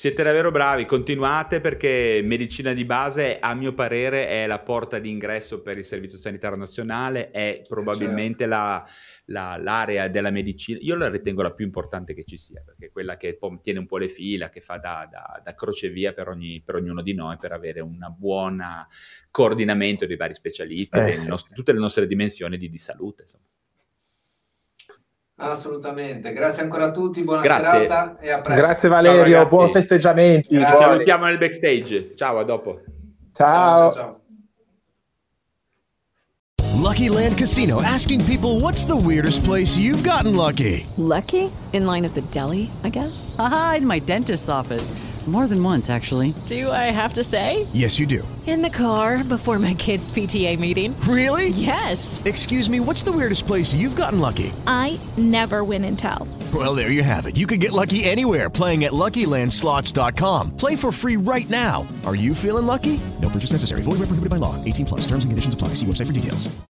Siete davvero bravi, continuate, perché medicina di base, a mio parere, è la porta d'ingresso per il Servizio Sanitario Nazionale, è probabilmente l'area della medicina, io la ritengo la più importante che ci sia, perché è quella che tiene un po' le fila, che fa da crocevia per ognuno di noi, per avere un buon coordinamento dei vari specialisti, tutte le nostre dimensioni di salute, insomma. Assolutamente, grazie ancora a tutti, buona serata e a presto. Grazie Valerio, buon festeggiamenti. Ci salutiamo nel backstage, ciao, a dopo. Ciao. Lucky Land Casino, asking people, what's the weirdest place you've gotten lucky? Lucky? In line at the deli, I guess? Aha, in my dentist's office. More than once, actually. Do I have to say? Yes, you do. In the car before my kids' PTA meeting. Really? Yes. Excuse me, what's the weirdest place you've gotten lucky? I never win and tell. Well, there you have it. You can get lucky anywhere, playing at LuckyLandSlots.com. Play for free right now. Are you feeling lucky? No purchase necessary. Void where prohibited by law. 18+. Terms and conditions apply. See website for details.